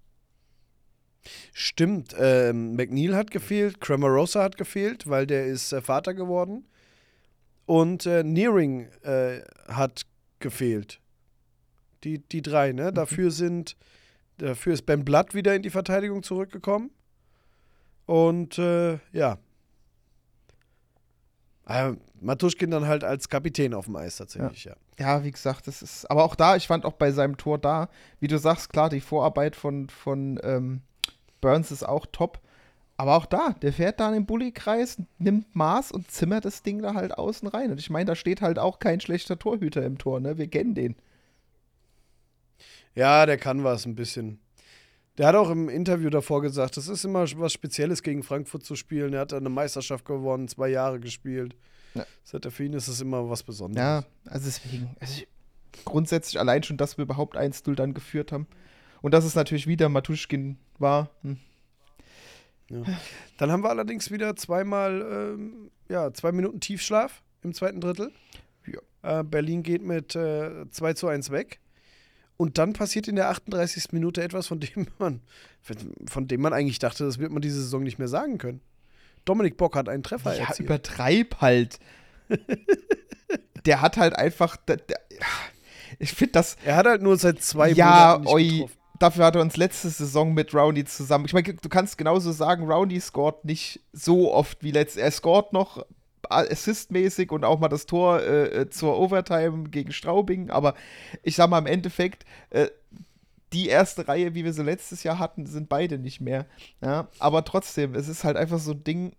Stimmt, McNeil hat gefehlt, Cramarosa hat gefehlt, weil der ist Vater geworden. Und Nearing hat gefehlt. Die drei, ne? Dafür ist Ben Blatt wieder in die Verteidigung zurückgekommen. Und ja. Matuschkin dann halt als Kapitän auf dem Eis tatsächlich, ja. Ja, wie gesagt, das ist. Aber auch da, ich fand auch bei seinem Tor da, wie du sagst, klar, die Vorarbeit von Burns ist auch top. Aber auch da, der fährt da in den Bullykreis, nimmt Maß und zimmert das Ding da halt außen rein. Und ich meine, da steht halt auch kein schlechter Torhüter im Tor, ne? Wir kennen den. Ja, der kann was ein bisschen. Der hat auch im Interview davor gesagt, das ist immer was Spezielles, gegen Frankfurt zu spielen. Er hat eine Meisterschaft gewonnen, 2 Jahre gespielt. Ja. Für ihn ist es immer was Besonderes. Ja, also deswegen. Grundsätzlich allein schon, dass wir überhaupt 1-0 dann geführt haben. Und dass es natürlich wieder Matuschkin war. Ja. Dann haben wir allerdings wieder zweimal 2 Minuten Tiefschlaf im zweiten Drittel. Ja. Berlin geht mit 2:1 weg. Und dann passiert in der 38. Minute etwas, von dem man eigentlich dachte, das wird man diese Saison nicht mehr sagen können. Dominik Bock hat einen Treffer erzielt. Ja, übertreib halt. Der hat halt einfach. Ich finde das. Er hat halt nur seit 2 Monaten nicht getroffen. Dafür hat er uns letzte Saison mit Rowney zusammen. Ich meine, du kannst genauso sagen, Rowney scored nicht so oft wie letztes. Er scored noch assistmäßig und auch mal das Tor zur Overtime gegen Straubing. Aber ich sag mal im Endeffekt, die erste Reihe, wie wir sie letztes Jahr hatten, sind beide nicht mehr. Ja? Aber trotzdem, es ist halt einfach so ein Ding.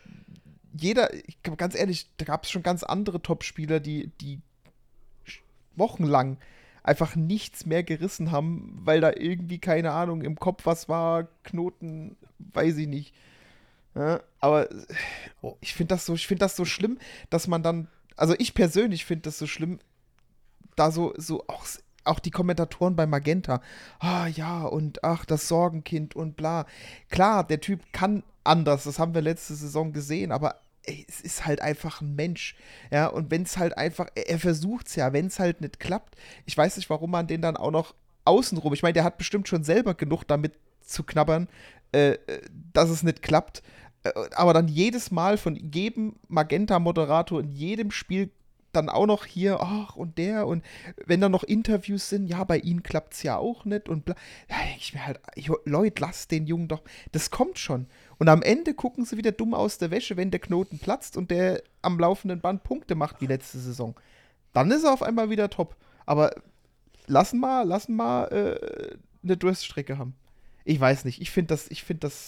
Ganz ehrlich, da gab es schon ganz andere Top-Spieler, die wochenlang einfach nichts mehr gerissen haben, weil da irgendwie, keine Ahnung, im Kopf was war, Knoten, weiß ich nicht. Ja, aber ich finde das so schlimm, dass man dann, also ich persönlich finde das so schlimm, da so auch die Kommentatoren bei Magenta, ja, und ach, das Sorgenkind und bla. Klar, der Typ kann anders, das haben wir letzte Saison gesehen, aber es ist halt einfach ein Mensch, ja, und wenn es halt einfach, er versucht's ja, wenn es halt nicht klappt, ich weiß nicht, warum man den dann auch noch außenrum, ich meine, der hat bestimmt schon selber genug damit zu knabbern, dass es nicht klappt, aber dann jedes Mal von jedem Magenta-Moderator in jedem Spiel dann auch noch hier, ach, und der, und wenn da noch Interviews sind, ja, bei ihnen klappt's ja auch nicht und bla. Ja, denke ich mir halt, Leute, lasst den Jungen doch, das kommt schon. Und am Ende gucken sie wieder dumm aus der Wäsche, wenn der Knoten platzt und der am laufenden Band Punkte macht wie letzte Saison. Dann ist er auf einmal wieder top. Aber lassen mal eine Durststrecke haben. Ich weiß nicht, ich finde das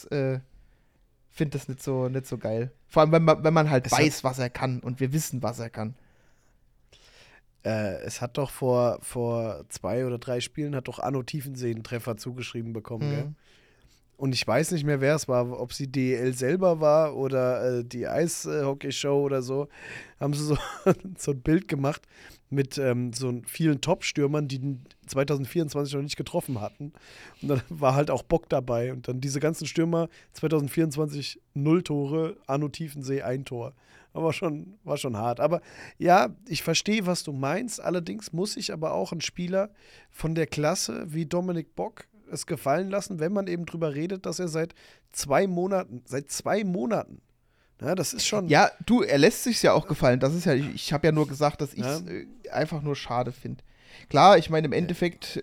nicht so geil. Vor allem, wenn man halt weiß, was er kann und wir wissen, was er kann. Es hat doch vor 2 oder 3 Spielen hat doch Arno Tiefensee einen Treffer zugeschrieben bekommen, gell? Und ich weiß nicht mehr, wer es war, ob sie DEL selber war oder die Eishockey-Show oder so. Haben sie so ein Bild gemacht mit so vielen Top-Stürmern, die 2024 noch nicht getroffen hatten. Und dann war halt auch Bock dabei. Und dann diese ganzen Stürmer, 2024 0 Tore, Arno Tiefensee 1 Tor. War schon hart. Aber ja, ich verstehe, was du meinst. Allerdings muss ich aber auch einen Spieler von der Klasse wie Dominik Bock es gefallen lassen, wenn man eben drüber redet, dass er seit 2 Monaten, ja, das ist schon. Ja, er lässt sich's ja auch gefallen. Das ist ja, ich habe ja nur gesagt, dass ich es einfach nur schade finde. Klar, ich meine, im Endeffekt,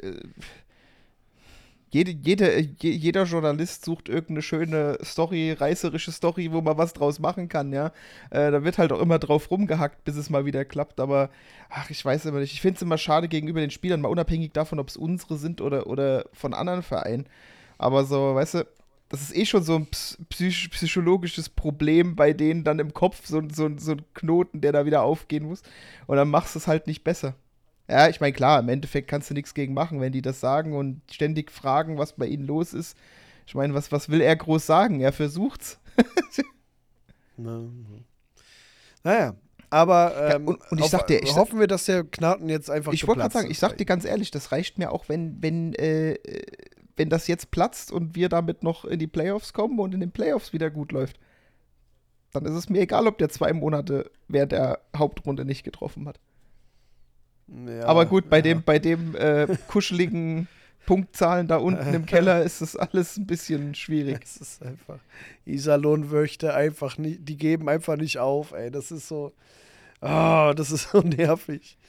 jeder Journalist sucht irgendeine schöne Story, reißerische Story, wo man was draus machen kann, ja. Da wird halt auch immer drauf rumgehackt, bis es mal wieder klappt, aber ach, ich weiß immer nicht. Ich finde es immer schade gegenüber den Spielern, mal unabhängig davon, ob es unsere sind oder von anderen Vereinen. Aber so, weißt du, das ist eh schon so ein psychologisches Problem bei denen dann im Kopf, so ein Knoten, der da wieder aufgehen muss. Und dann machst du es halt nicht besser. Ja, ich meine, klar, im Endeffekt kannst du nichts gegen machen, wenn die das sagen und ständig fragen, was bei ihnen los ist. Ich meine, was will er groß sagen? Er versucht's. Naja, aber und ich sag dir, hoffen wir, dass der Knoten jetzt einfach Ich wollte gerade sagen, ich sag dir ganz ehrlich, das reicht mir auch, wenn das jetzt platzt und wir damit noch in die Playoffs kommen und in den Playoffs wieder gut läuft. dann ist es mir egal, ob der 2 Monate während der Hauptrunde nicht getroffen hat. Ja, Aber gut, bei dem kuscheligen Punktzahlen da unten im Keller ist das alles ein bisschen schwierig. Es ist einfach, Iserlohn möchte einfach nicht, die geben einfach nicht auf, ey, das ist so, das ist so nervig.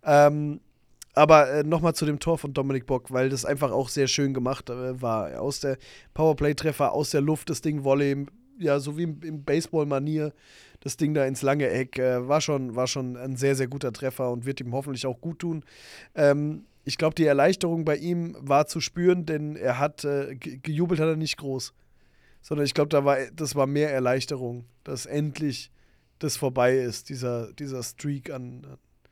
Aber nochmal zu dem Tor von Dominik Bock, weil das einfach auch sehr schön gemacht war. Aus der Powerplay-Treffer, aus der Luft, das Ding Volley, ja, so wie im Baseball-Manier, das Ding da ins lange Eck, war schon ein sehr, sehr guter Treffer und wird ihm hoffentlich auch gut tun. Ich glaube, die Erleichterung bei ihm war zu spüren, denn er hat, gejubelt hat er nicht groß. Sondern ich glaube, das war mehr Erleichterung, dass endlich das vorbei ist, dieser Streak an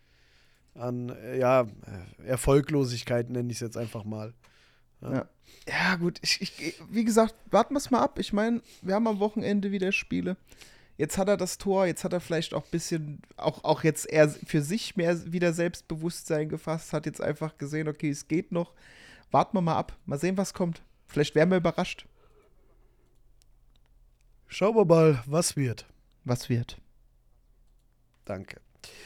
Erfolglosigkeit, nenne ich es jetzt einfach mal. Ja gut, wie gesagt, warten wir es mal ab. Ich meine, wir haben am Wochenende wieder Spiele. Jetzt hat er das Tor, jetzt hat er vielleicht auch ein bisschen, auch jetzt eher für sich mehr wieder Selbstbewusstsein gefasst, hat jetzt einfach gesehen, okay, es geht noch. Warten wir mal ab, mal sehen, was kommt. Vielleicht werden wir überrascht. Schauen wir mal, was wird. Was wird. Danke.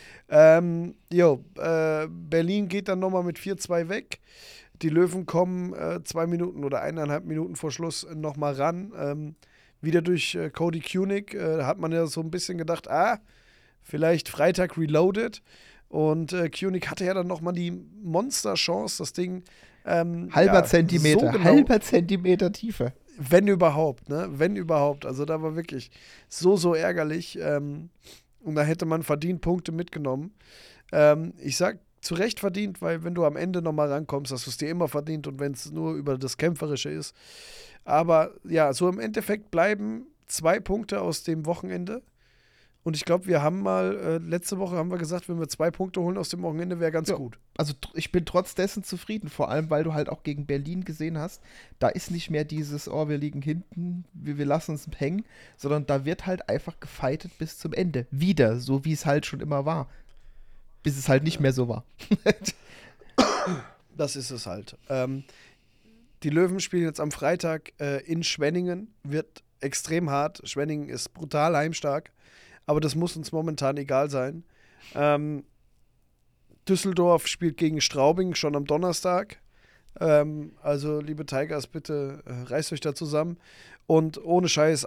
Berlin geht dann nochmal mit 4-2 weg. Die Löwen kommen 2 Minuten oder 1,5 Minuten vor Schluss nochmal ran. Wieder durch Cody Kunig. Hat man ja so ein bisschen gedacht, vielleicht Freitag reloaded. Und Kunig hatte ja dann nochmal die Monsterchance, das Ding halber Zentimeter, so genau, halber Zentimeter Tiefe. Wenn überhaupt, ne? Wenn überhaupt. Also da war wirklich so ärgerlich. Und da hätte man verdient Punkte mitgenommen. Ich sag zu Recht verdient, weil wenn du am Ende nochmal rankommst, hast du es dir immer verdient und wenn es nur über das Kämpferische ist. Aber ja, so im Endeffekt bleiben 2 Punkte aus dem Wochenende. Und ich glaube, wir haben letzte Woche haben wir gesagt, wenn wir 2 Punkte holen aus dem Wochenende, wäre ganz gut. Also ich bin trotz dessen zufrieden, vor allem, weil du halt auch gegen Berlin gesehen hast, da ist nicht mehr dieses, wir liegen hinten, wir lassen uns hängen, sondern da wird halt einfach gefightet bis zum Ende. Wieder, so wie es halt schon immer war. Bis es halt nicht mehr so war. Das ist es halt. Die Löwen spielen jetzt am Freitag in Schwenningen, wird extrem hart. Schwenningen ist brutal heimstark. Aber das muss uns momentan egal sein. Düsseldorf spielt gegen Straubing schon am Donnerstag. Also, liebe Tigers, bitte reißt euch da zusammen. Und ohne Scheiß,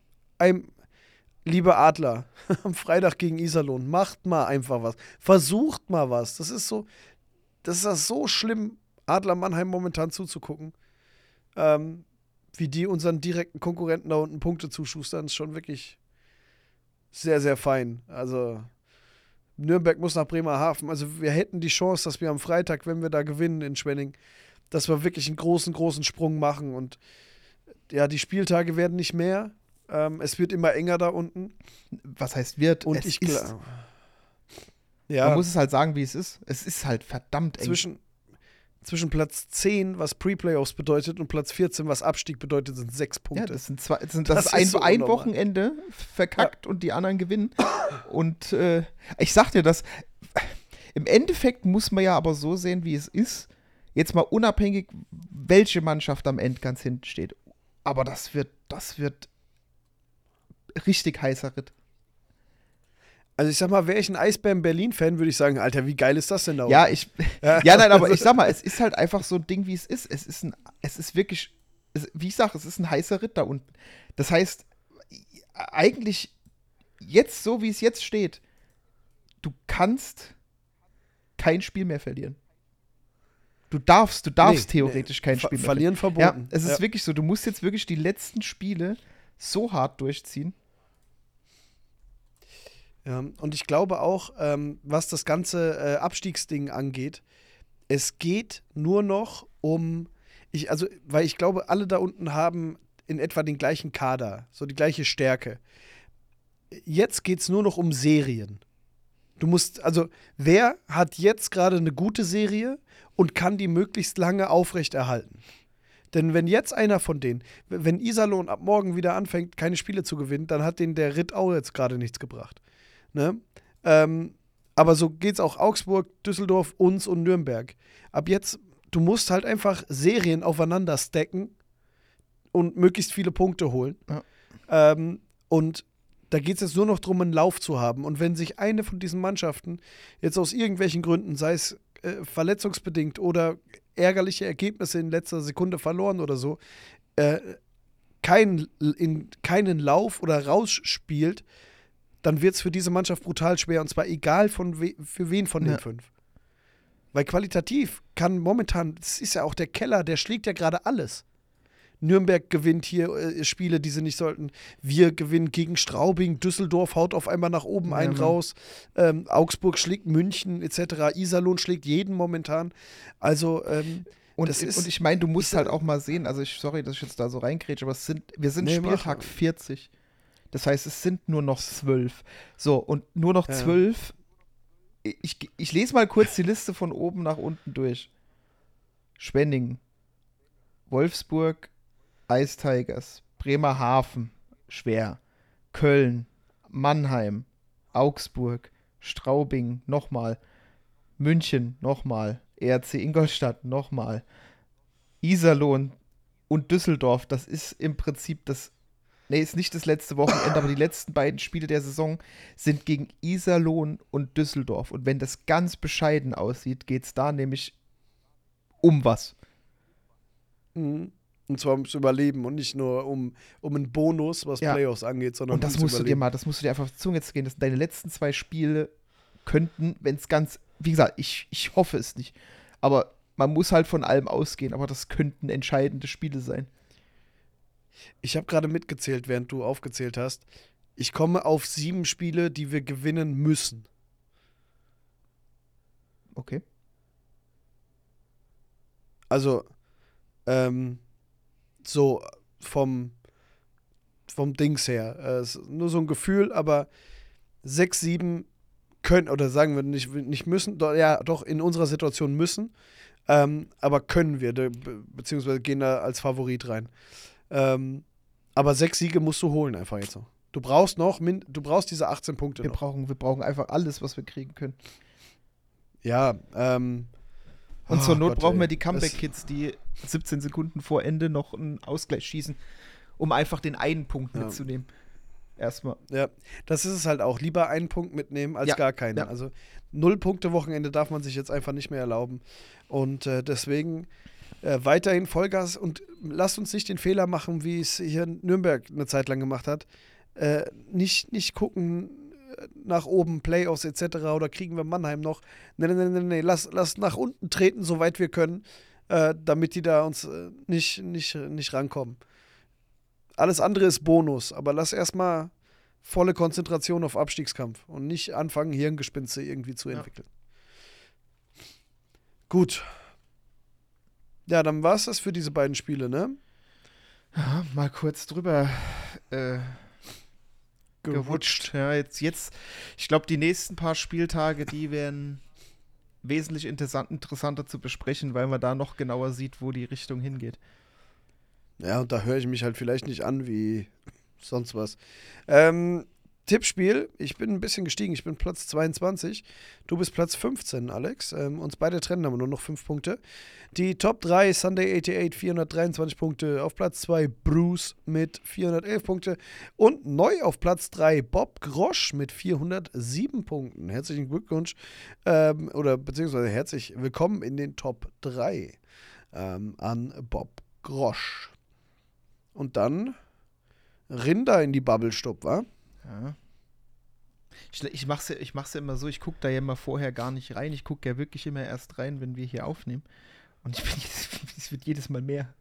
liebe Adler, am Freitag gegen Iserlohn, macht mal einfach was. Versucht mal was. Das ist so schlimm, Adler Mannheim momentan zuzugucken. Wie die unseren direkten Konkurrenten da unten Punkte zuschustern, ist schon wirklich sehr, sehr fein. Also Nürnberg muss nach Bremerhaven. Also wir hätten die Chance, dass wir am Freitag, wenn wir da gewinnen in Schwenning, dass wir wirklich einen großen Sprung machen. Und ja, die Spieltage werden nicht mehr. Es wird immer enger da unten. Was heißt wird? Und man muss es halt sagen, wie es ist. Es ist halt verdammt eng. Zwischen Platz 10, was Pre-Playoffs bedeutet, und Platz 14, was Abstieg bedeutet, sind 6 Punkte. Ja, das ist ein Wochenende verkackt und die anderen gewinnen. Und ich sag dir das, im Endeffekt muss man ja aber so sehen, wie es ist. Jetzt mal unabhängig, welche Mannschaft am Ende ganz hinten steht. Aber das wird richtig heißer Ritt. Also ich sag mal, wäre ich ein Eisbären Berlin-Fan, würde ich sagen, Alter, wie geil ist das denn da? Aber ich sag mal, es ist halt einfach so ein Ding, wie es ist. Es ist wirklich, wie ich sag, es ist ein heißer Ritt da unten. Das heißt, eigentlich jetzt, so wie es jetzt steht, du kannst kein Spiel mehr verlieren. Du darfst theoretisch kein Spiel mehr verlieren. Verboten. Ja, es ist wirklich so, du musst jetzt wirklich die letzten Spiele so hart durchziehen. Ja, und ich glaube auch, was das ganze Abstiegsding angeht, es geht nur noch weil ich glaube, alle da unten haben in etwa den gleichen Kader, so die gleiche Stärke. Jetzt geht es nur noch um Serien. Wer hat jetzt gerade eine gute Serie und kann die möglichst lange aufrechterhalten? Denn wenn jetzt einer von denen, wenn Iserlohn ab morgen wieder anfängt, keine Spiele zu gewinnen, dann hat denen der Ritt auch jetzt gerade nichts gebracht. Ne? Aber so geht's auch Augsburg, Düsseldorf, uns und Nürnberg. Ab jetzt, du musst halt einfach Serien aufeinander stacken und möglichst viele Punkte holen. Ja. Und Da geht es jetzt nur noch darum, einen Lauf zu haben. Und wenn sich eine von diesen Mannschaften jetzt aus irgendwelchen Gründen, sei es verletzungsbedingt oder ärgerliche Ergebnisse in letzter Sekunde verloren oder so, keinen Lauf oder rausspielt, dann wird es für diese Mannschaft brutal schwer. Und zwar egal für wen von den 5. Weil qualitativ kann momentan, das ist ja auch der Keller, der schlägt ja gerade alles. Nürnberg gewinnt hier Spiele, die sie nicht sollten. Wir gewinnen gegen Straubing. Düsseldorf haut auf einmal nach oben einen raus. Augsburg schlägt München etc. Iserlohn schlägt jeden momentan. Also, und ich meine, du musst halt auch mal sehen, also sorry, dass ich jetzt da so reingrätsche, aber wir sind Spieltag 40. Das heißt, es sind nur noch 12. So, und nur noch 12. Ich lese mal kurz die Liste von oben nach unten durch. Schwenningen, Wolfsburg, Ice Tigers, Bremerhaven, schwer, Köln, Mannheim, Augsburg, Straubing, nochmal, München, nochmal, ERC Ingolstadt, nochmal, Iserlohn und Düsseldorf. Das ist im Prinzip ist nicht das letzte Wochenende, aber die letzten beiden Spiele der Saison sind gegen Iserlohn und Düsseldorf. Und wenn das ganz bescheiden aussieht, geht es da nämlich um was. Und zwar ums Überleben und nicht nur um einen Bonus, was Playoffs angeht, sondern und das musst du dir einfach auf die Zunge jetzt gehen, dass deine letzten 2 Spiele könnten, wenn es ganz, wie gesagt, ich hoffe es nicht, aber man muss halt von allem ausgehen, aber das könnten entscheidende Spiele sein. Ich habe gerade mitgezählt, während du aufgezählt hast. Ich komme auf 7 Spiele, die wir gewinnen müssen. Okay. Also, so vom Dings her. Ist nur so ein Gefühl, aber 6, 7 können, oder sagen wir nicht müssen, doch in unserer Situation müssen, aber können wir, beziehungsweise gehen da als Favorit rein. Aber 6 Siege musst du holen einfach jetzt noch. Du brauchst diese 18 Punkte Wir brauchen einfach alles, was wir kriegen können. Ja, und zur Not brauchen wir die Comeback-Kids, die 17 Sekunden vor Ende noch einen Ausgleich schießen, um einfach den einen Punkt mitzunehmen. Erstmal. Ja, das ist es halt auch. Lieber einen Punkt mitnehmen als gar keinen. Ja. Also 0-Punkte-Wochenende darf man sich jetzt einfach nicht mehr erlauben. Und deswegen weiterhin Vollgas und lasst uns nicht den Fehler machen, wie es hier in Nürnberg eine Zeit lang gemacht hat. Nicht gucken nach oben, Playoffs etc. oder kriegen wir Mannheim noch. Nee. Lass nach unten treten, soweit wir können, damit die da uns nicht rankommen. Alles andere ist Bonus, aber lass erstmal volle Konzentration auf Abstiegskampf und nicht anfangen, Hirngespinste irgendwie zu entwickeln. Gut. Ja, dann war es das für diese beiden Spiele, ne? Ja, mal kurz drüber gewutscht. Ja, jetzt, ich glaube, die nächsten paar Spieltage, die werden wesentlich interessanter zu besprechen, weil man da noch genauer sieht, wo die Richtung hingeht. Ja, und da höre ich mich halt vielleicht nicht an wie sonst was. Tippspiel, ich bin ein bisschen gestiegen, ich bin Platz 22, du bist Platz 15, Alex. Uns beide trennen aber nur noch 5 Punkte. Die Top 3, Sunday 88, 423 Punkte. Auf Platz 2 Bruce mit 411 Punkte. Und neu auf Platz 3 Bob Grosch mit 407 Punkten. Herzlichen Glückwunsch beziehungsweise herzlich willkommen in den Top 3 an Bob Grosch. Und dann Rinder in die Bubble-Stub, wa? Ja. Ich mach's ja immer so, ich gucke da ja immer vorher gar nicht rein. Ich gucke ja wirklich immer erst rein, wenn wir hier aufnehmen. Und es wird jedes Mal mehr.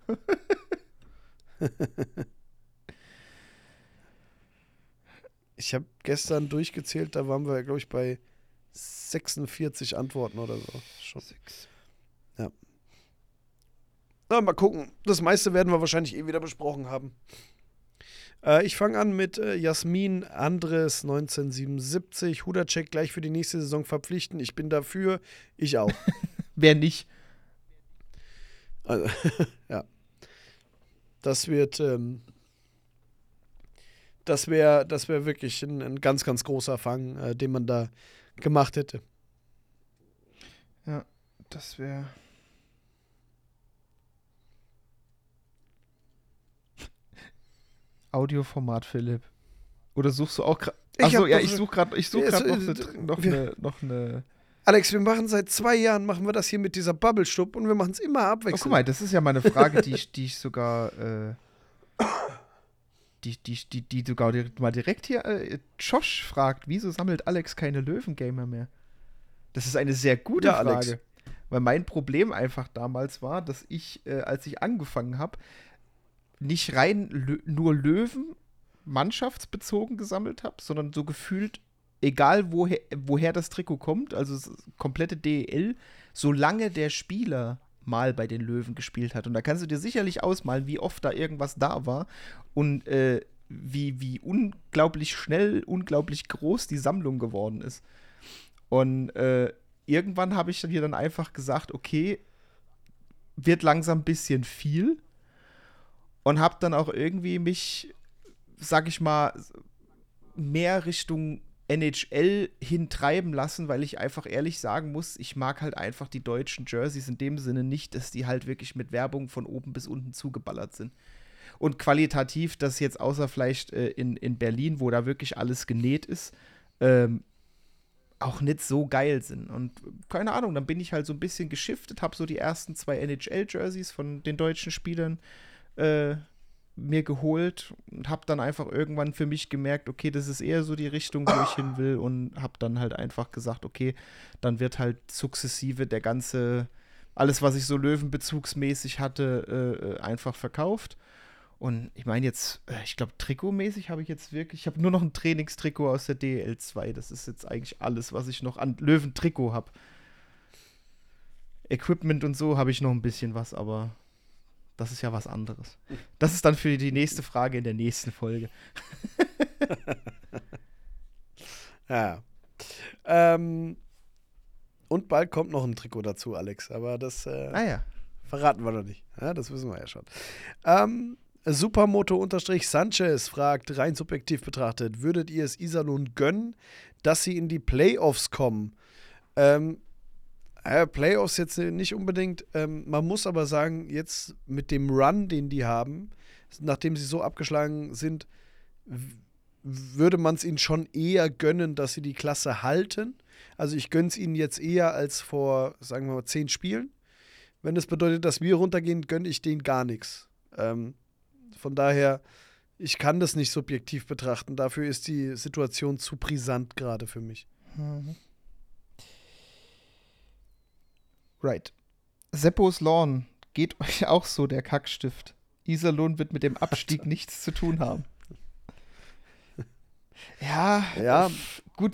Ich habe gestern durchgezählt, da waren wir, glaube ich, bei 46 Antworten oder so. Schon. 6. Ja. Na, mal gucken. Das meiste werden wir wahrscheinlich wieder besprochen haben. Ich fange an mit Jasmin Andres 1977. Hudacek gleich für die nächste Saison verpflichten. Ich bin dafür. Ich auch. Wer nicht? Also, ja. Das wird das wäre wirklich ein ganz, ganz großer Fang, den man da gemacht hätte. Ja, das wäre... Audioformat, Philipp. Oder suchst du auch gerade. Ich Achso, hab ja, doch- ich suche gerade noch eine. Alex, wir machen seit 2 Jahren, machen wir das hier mit dieser Bubble-Stub und wir machen es immer Oh, abwechselnd. guck mal, das ist ja mal eine Frage, die ich sogar. Die sogar mal direkt hier. Josh fragt, wieso sammelt Alex keine Löwengamer mehr? Das ist eine sehr gute Ja, Frage. Alex. Weil mein Problem einfach damals war, dass ich, als ich angefangen habe, nicht rein nur Löwen mannschaftsbezogen gesammelt habe, sondern so gefühlt, egal woher das Trikot kommt, also komplette DEL, solange der Spieler mal bei den Löwen gespielt hat. Und da kannst du dir sicherlich ausmalen, wie oft da irgendwas da war und wie unglaublich schnell, unglaublich groß die Sammlung geworden ist. Und irgendwann habe ich dann einfach gesagt, okay, wird langsam ein bisschen viel und habe dann auch irgendwie mich, sag ich mal, mehr Richtung NHL hintreiben lassen, weil ich einfach ehrlich sagen muss, ich mag halt einfach die deutschen Jerseys in dem Sinne nicht, dass die halt wirklich mit Werbung von oben bis unten zugeballert sind. Und qualitativ, das jetzt außer vielleicht in Berlin, wo da wirklich alles genäht ist, auch nicht so geil sind. Und keine Ahnung, dann bin ich halt so ein bisschen geschiftet, habe so die ersten 2 NHL-Jerseys von den deutschen Spielern mir geholt und habe dann einfach irgendwann für mich gemerkt, okay, das ist eher so die Richtung, wo ich hin will, und habe dann halt einfach gesagt, okay, dann wird halt sukzessive der ganze, alles, was ich so löwenbezugsmäßig hatte, einfach verkauft. Und ich meine jetzt, ich glaube, trikotmäßig habe ich jetzt wirklich, ich habe nur noch ein Trainingstrikot aus der DEL 2. Das ist jetzt eigentlich alles, was ich noch an Löwentrikot habe. Equipment und so habe ich noch ein bisschen was, aber das ist ja was anderes. Das ist dann für die nächste Frage in der nächsten Folge. Ja. Und bald kommt noch ein Trikot dazu, Alex. Aber das Ja. verraten wir noch nicht. Ja, das wissen wir ja schon. Supermoto-Sanchez fragt, rein subjektiv betrachtet, würdet ihr es Iserlohn gönnen, dass sie in die Playoffs kommen? Playoffs jetzt nicht unbedingt. Man muss aber sagen, jetzt mit dem Run, den die haben, nachdem sie so abgeschlagen sind, würde man es ihnen schon eher gönnen, dass sie die Klasse halten. Also ich gönne es ihnen jetzt eher als vor, sagen wir mal, 10 Spielen. Wenn das bedeutet, dass wir runtergehen, gönne ich denen gar nichts. Von daher, ich kann das nicht subjektiv betrachten. Dafür ist die Situation zu brisant gerade für mich. Right. Seppos Lawn, geht euch auch so der Kackstift. Iserlohn wird mit dem Abstieg nichts zu tun haben. Ja. Gut.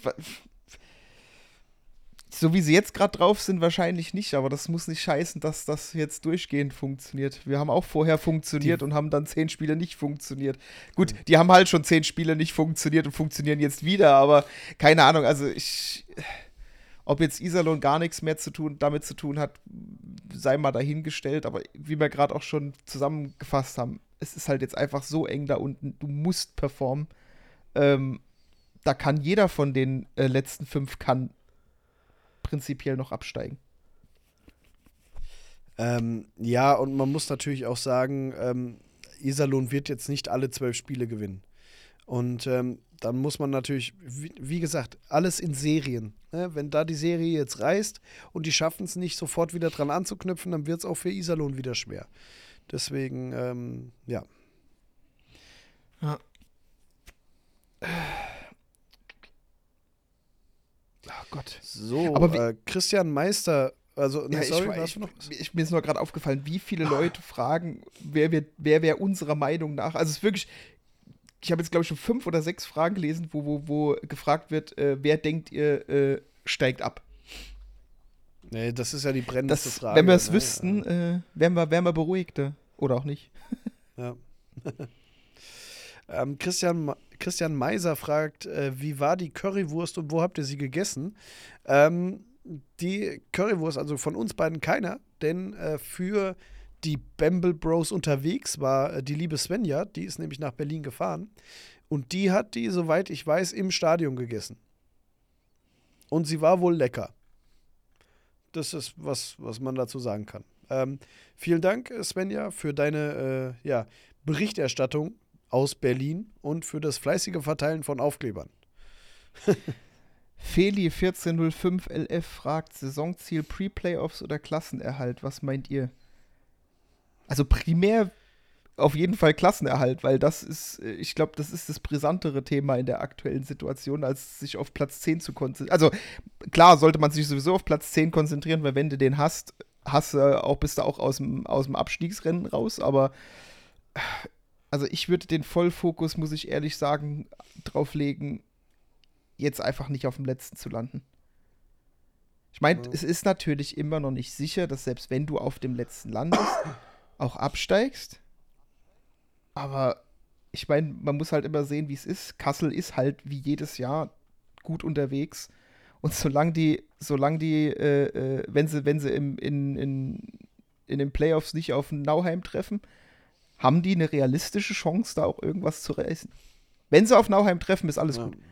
So wie sie jetzt gerade drauf sind, wahrscheinlich nicht, aber das muss nicht heißen, dass das jetzt durchgehend funktioniert. Wir haben auch vorher funktioniert und haben dann 10 Spiele nicht funktioniert. Gut, die haben halt schon 10 Spiele nicht funktioniert und funktionieren jetzt wieder, aber keine Ahnung, also ob jetzt Iserlohn gar nichts mehr damit zu tun hat, sei mal dahingestellt, aber wie wir gerade auch schon zusammengefasst haben, es ist halt jetzt einfach so eng da unten, du musst performen. Da kann jeder von den letzten 5 prinzipiell noch absteigen. Ja, und man muss natürlich auch sagen, Iserlohn wird jetzt nicht alle 12 Spiele gewinnen. Und dann muss man natürlich, wie gesagt, alles in Serien. Ne? Wenn da die Serie jetzt reißt und die schaffen es nicht, sofort wieder dran anzuknüpfen, dann wird es auch für Iserlohn wieder schwer. Deswegen, ja. Oh Gott. So, Aber Christian Meister, also, ja, sorry, hast du noch was? mir ist nur gerade aufgefallen, wie viele Leute fragen, wer unserer Meinung nach, also es ist wirklich, ich habe jetzt glaube ich schon 5 oder 6 Fragen gelesen, wo gefragt wird, wer denkt ihr steigt ab? Nee, das ist ja die brennendste Frage. Wenn wir es wüssten, wären wir beruhigter. Oder auch nicht. Ja. Christian Meiser fragt, wie war die Currywurst und wo habt ihr sie gegessen? Die Currywurst, also von uns beiden keiner, denn für die Bamble Bros unterwegs war die liebe Svenja, die ist nämlich nach Berlin gefahren und die hat die, soweit ich weiß, im Stadion gegessen. Und sie war wohl lecker. Das ist was man dazu sagen kann. Vielen Dank, Svenja, für deine Berichterstattung aus Berlin und für das fleißige Verteilen von Aufklebern. Feli 1405 LF fragt, Saisonziel Pre-Playoffs oder Klassenerhalt? Was meint ihr? Also primär auf jeden Fall Klassenerhalt, weil das ist, ich glaube, das ist das brisantere Thema in der aktuellen Situation, als sich auf Platz 10 zu konzentrieren. Also klar sollte man sich sowieso auf Platz 10 konzentrieren, weil wenn du den hast bist du auch aus dem Abstiegsrennen raus, aber also ich würde den Vollfokus, muss ich ehrlich sagen, drauf legen, jetzt einfach nicht auf dem letzten zu landen. Ich meine, es ist natürlich immer noch nicht sicher, dass selbst wenn du auf dem letzten landest, auch absteigst. Aber ich meine, man muss halt immer sehen, wie es ist. Kassel ist halt wie jedes Jahr gut unterwegs. Und solange die, wenn sie in den Playoffs nicht auf Nauheim treffen, haben die eine realistische Chance, da auch irgendwas zu reißen. Wenn sie auf Nauheim treffen, ist alles gut.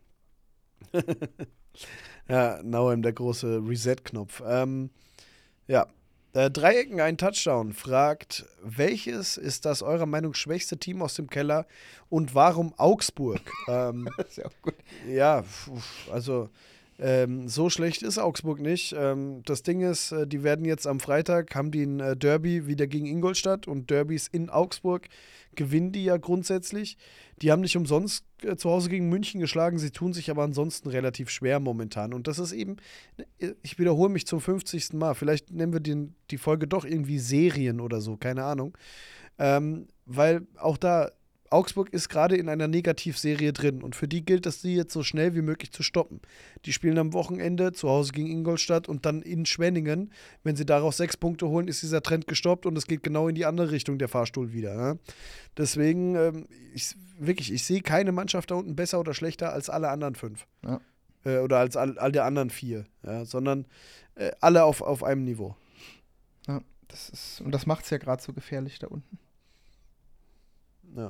Ja, Nauheim, der große Reset-Knopf. Ja. Dreiecken, ein Touchdown, fragt, welches ist das eurer Meinung schwächste Team aus dem Keller und warum Augsburg? Das ist ja auch gut. Ja, also so schlecht ist Augsburg nicht. Das Ding ist, die werden jetzt am Freitag, haben die ein Derby wieder gegen Ingolstadt und Derbys in Augsburg gewinnen die ja grundsätzlich. Die haben nicht umsonst zu Hause gegen München geschlagen, sie tun sich aber ansonsten relativ schwer momentan. Und das ist eben, ich wiederhole mich zum 50. Mal, vielleicht nennen wir die Folge doch irgendwie Serien oder so, keine Ahnung. Weil auch da, Augsburg ist gerade in einer Negativserie drin und für die gilt es, die jetzt so schnell wie möglich zu stoppen. Die spielen am Wochenende zu Hause gegen Ingolstadt und dann in Schwenningen. Wenn sie daraus 6 Punkte holen, ist dieser Trend gestoppt und es geht genau in die andere Richtung, der Fahrstuhl wieder. Ja? Deswegen, ich sehe keine Mannschaft da unten besser oder schlechter als alle anderen 5. Ja. Oder als all der anderen 4. Ja? Sondern alle auf einem Niveau. Ja, und das macht es ja gerade so gefährlich da unten. Ja.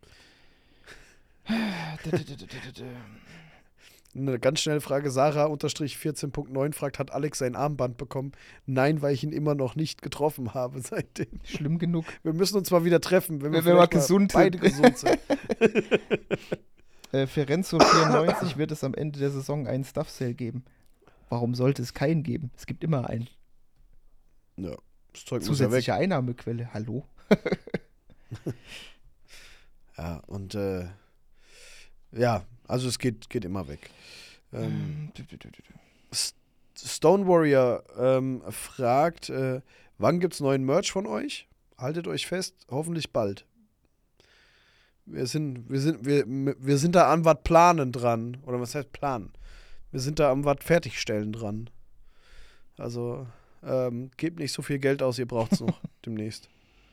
Eine ganz schnelle Frage. Sarah-14.9 fragt, hat Alex sein Armband bekommen? Nein, weil ich ihn immer noch nicht getroffen habe seitdem. Schlimm genug. Wir müssen uns mal wieder treffen, wenn wir mal gesund beide gesund sind. Ferenzo94 wird es am Ende der Saison einen Stuff Sale geben. Warum sollte es keinen geben? Es gibt immer einen. Ja, das Zeug muss zusätzliche ja weg. Einnahmequelle. Hallo? Ja, und ja, also es geht immer weg. Stone Warrior fragt, wann gibt's neuen Merch von euch? Haltet euch fest, hoffentlich bald. Wir sind da an was planen dran. Oder was heißt planen? Wir sind da am was fertigstellen dran. Also, gebt nicht so viel Geld aus, ihr braucht's noch demnächst.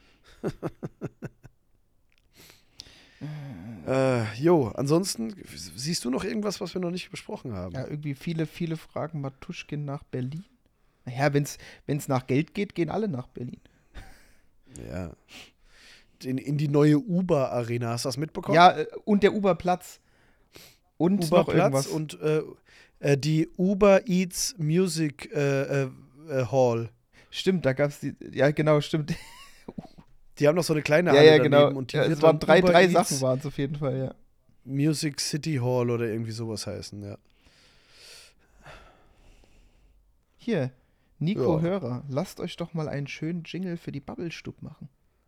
Ansonsten, siehst du noch irgendwas, was wir noch nicht besprochen haben? Ja, irgendwie viele fragen Matuschkin nach Berlin. Naja, wenn's nach Geld geht, gehen alle nach Berlin. Ja. In die neue Uber-Arena, hast du das mitbekommen? Ja, und der Uber-Platz. Und noch irgendwas. Und die Uber Eats Music Hall. Stimmt, da gab's die, ja genau, stimmt. Die haben noch so eine kleine Halle daneben. Genau. Und die ja, wird es waren dann Uber drei Eats Sachen waren es auf jeden Fall, ja. Music City Hall oder irgendwie sowas heißen, ja. Hier, Nico Ja. Hörer, lasst euch doch mal einen schönen Jingle für die Bubble-Stub machen.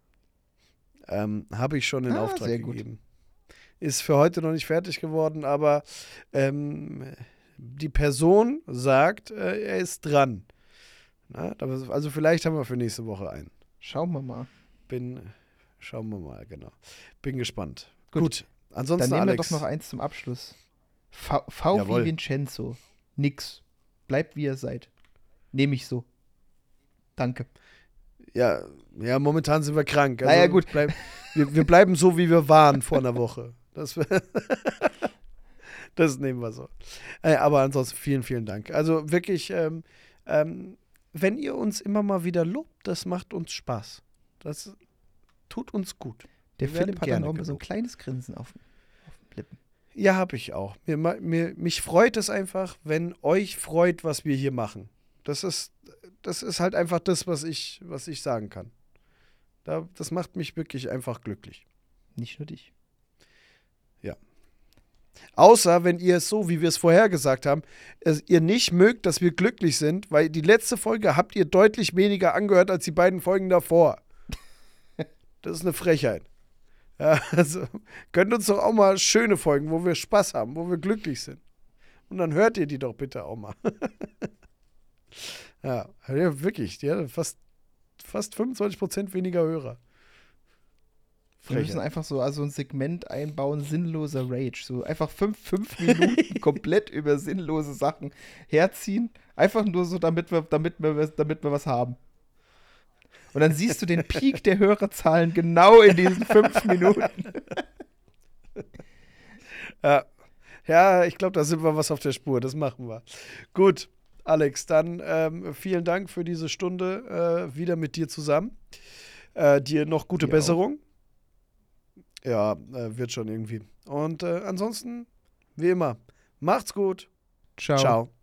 Habe ich schon in Auftrag sehr gut. gegeben. Ist für heute noch nicht fertig geworden, aber die Person sagt, er ist dran. Na, also vielleicht haben wir für nächste Woche einen. Schauen wir mal. Schauen wir mal, genau. Bin gespannt. Gut. Gut. Ansonsten, Dann nehmen Alex, wir doch noch eins zum Abschluss. V Jawohl. wie Vincenzo. Nix. Bleibt wie ihr seid. Nehme ich so. Danke. Ja, momentan sind wir krank. Also Naja, gut. Wir bleiben so, wie wir waren vor einer Woche. Das nehmen wir so. Aber ansonsten vielen, vielen Dank. Also wirklich, wenn ihr uns immer mal wieder lobt, das macht uns Spaß. Das tut uns gut. Der Wir werden Philipp hat dann gerne auch mal so ein gelobt. kleines Grinsen auf den Lippen. Ja, habe ich auch. Mich freut es einfach, wenn euch freut, was wir hier machen. Das ist halt einfach das, was ich sagen kann. Das macht mich wirklich einfach glücklich. Nicht nur dich. Außer, wenn ihr es so, wie wir es vorher gesagt haben, ihr nicht mögt, dass wir glücklich sind, weil die letzte Folge habt ihr deutlich weniger angehört als die beiden Folgen davor. Das ist eine Frechheit. Ja, also könnt uns doch auch mal schöne Folgen, wo wir Spaß haben, wo wir glücklich sind. Und dann hört ihr die doch bitte auch mal. Ja, wirklich, die hat fast 25% weniger Hörer. Wir müssen einfach so also ein Segment einbauen, sinnloser Rage. So einfach fünf Minuten komplett über sinnlose Sachen herziehen. Einfach nur so, damit wir was haben. Und dann siehst du den Peak der Hörerzahlen genau in diesen 5 Minuten. Ja, ich glaube, da sind wir was auf der Spur. Das machen wir. Gut, Alex, dann vielen Dank für diese Stunde wieder mit dir zusammen. Dir noch gute Besserung. Ja, wird schon irgendwie. Und ansonsten, wie immer, macht's gut. Ciao. Ciao.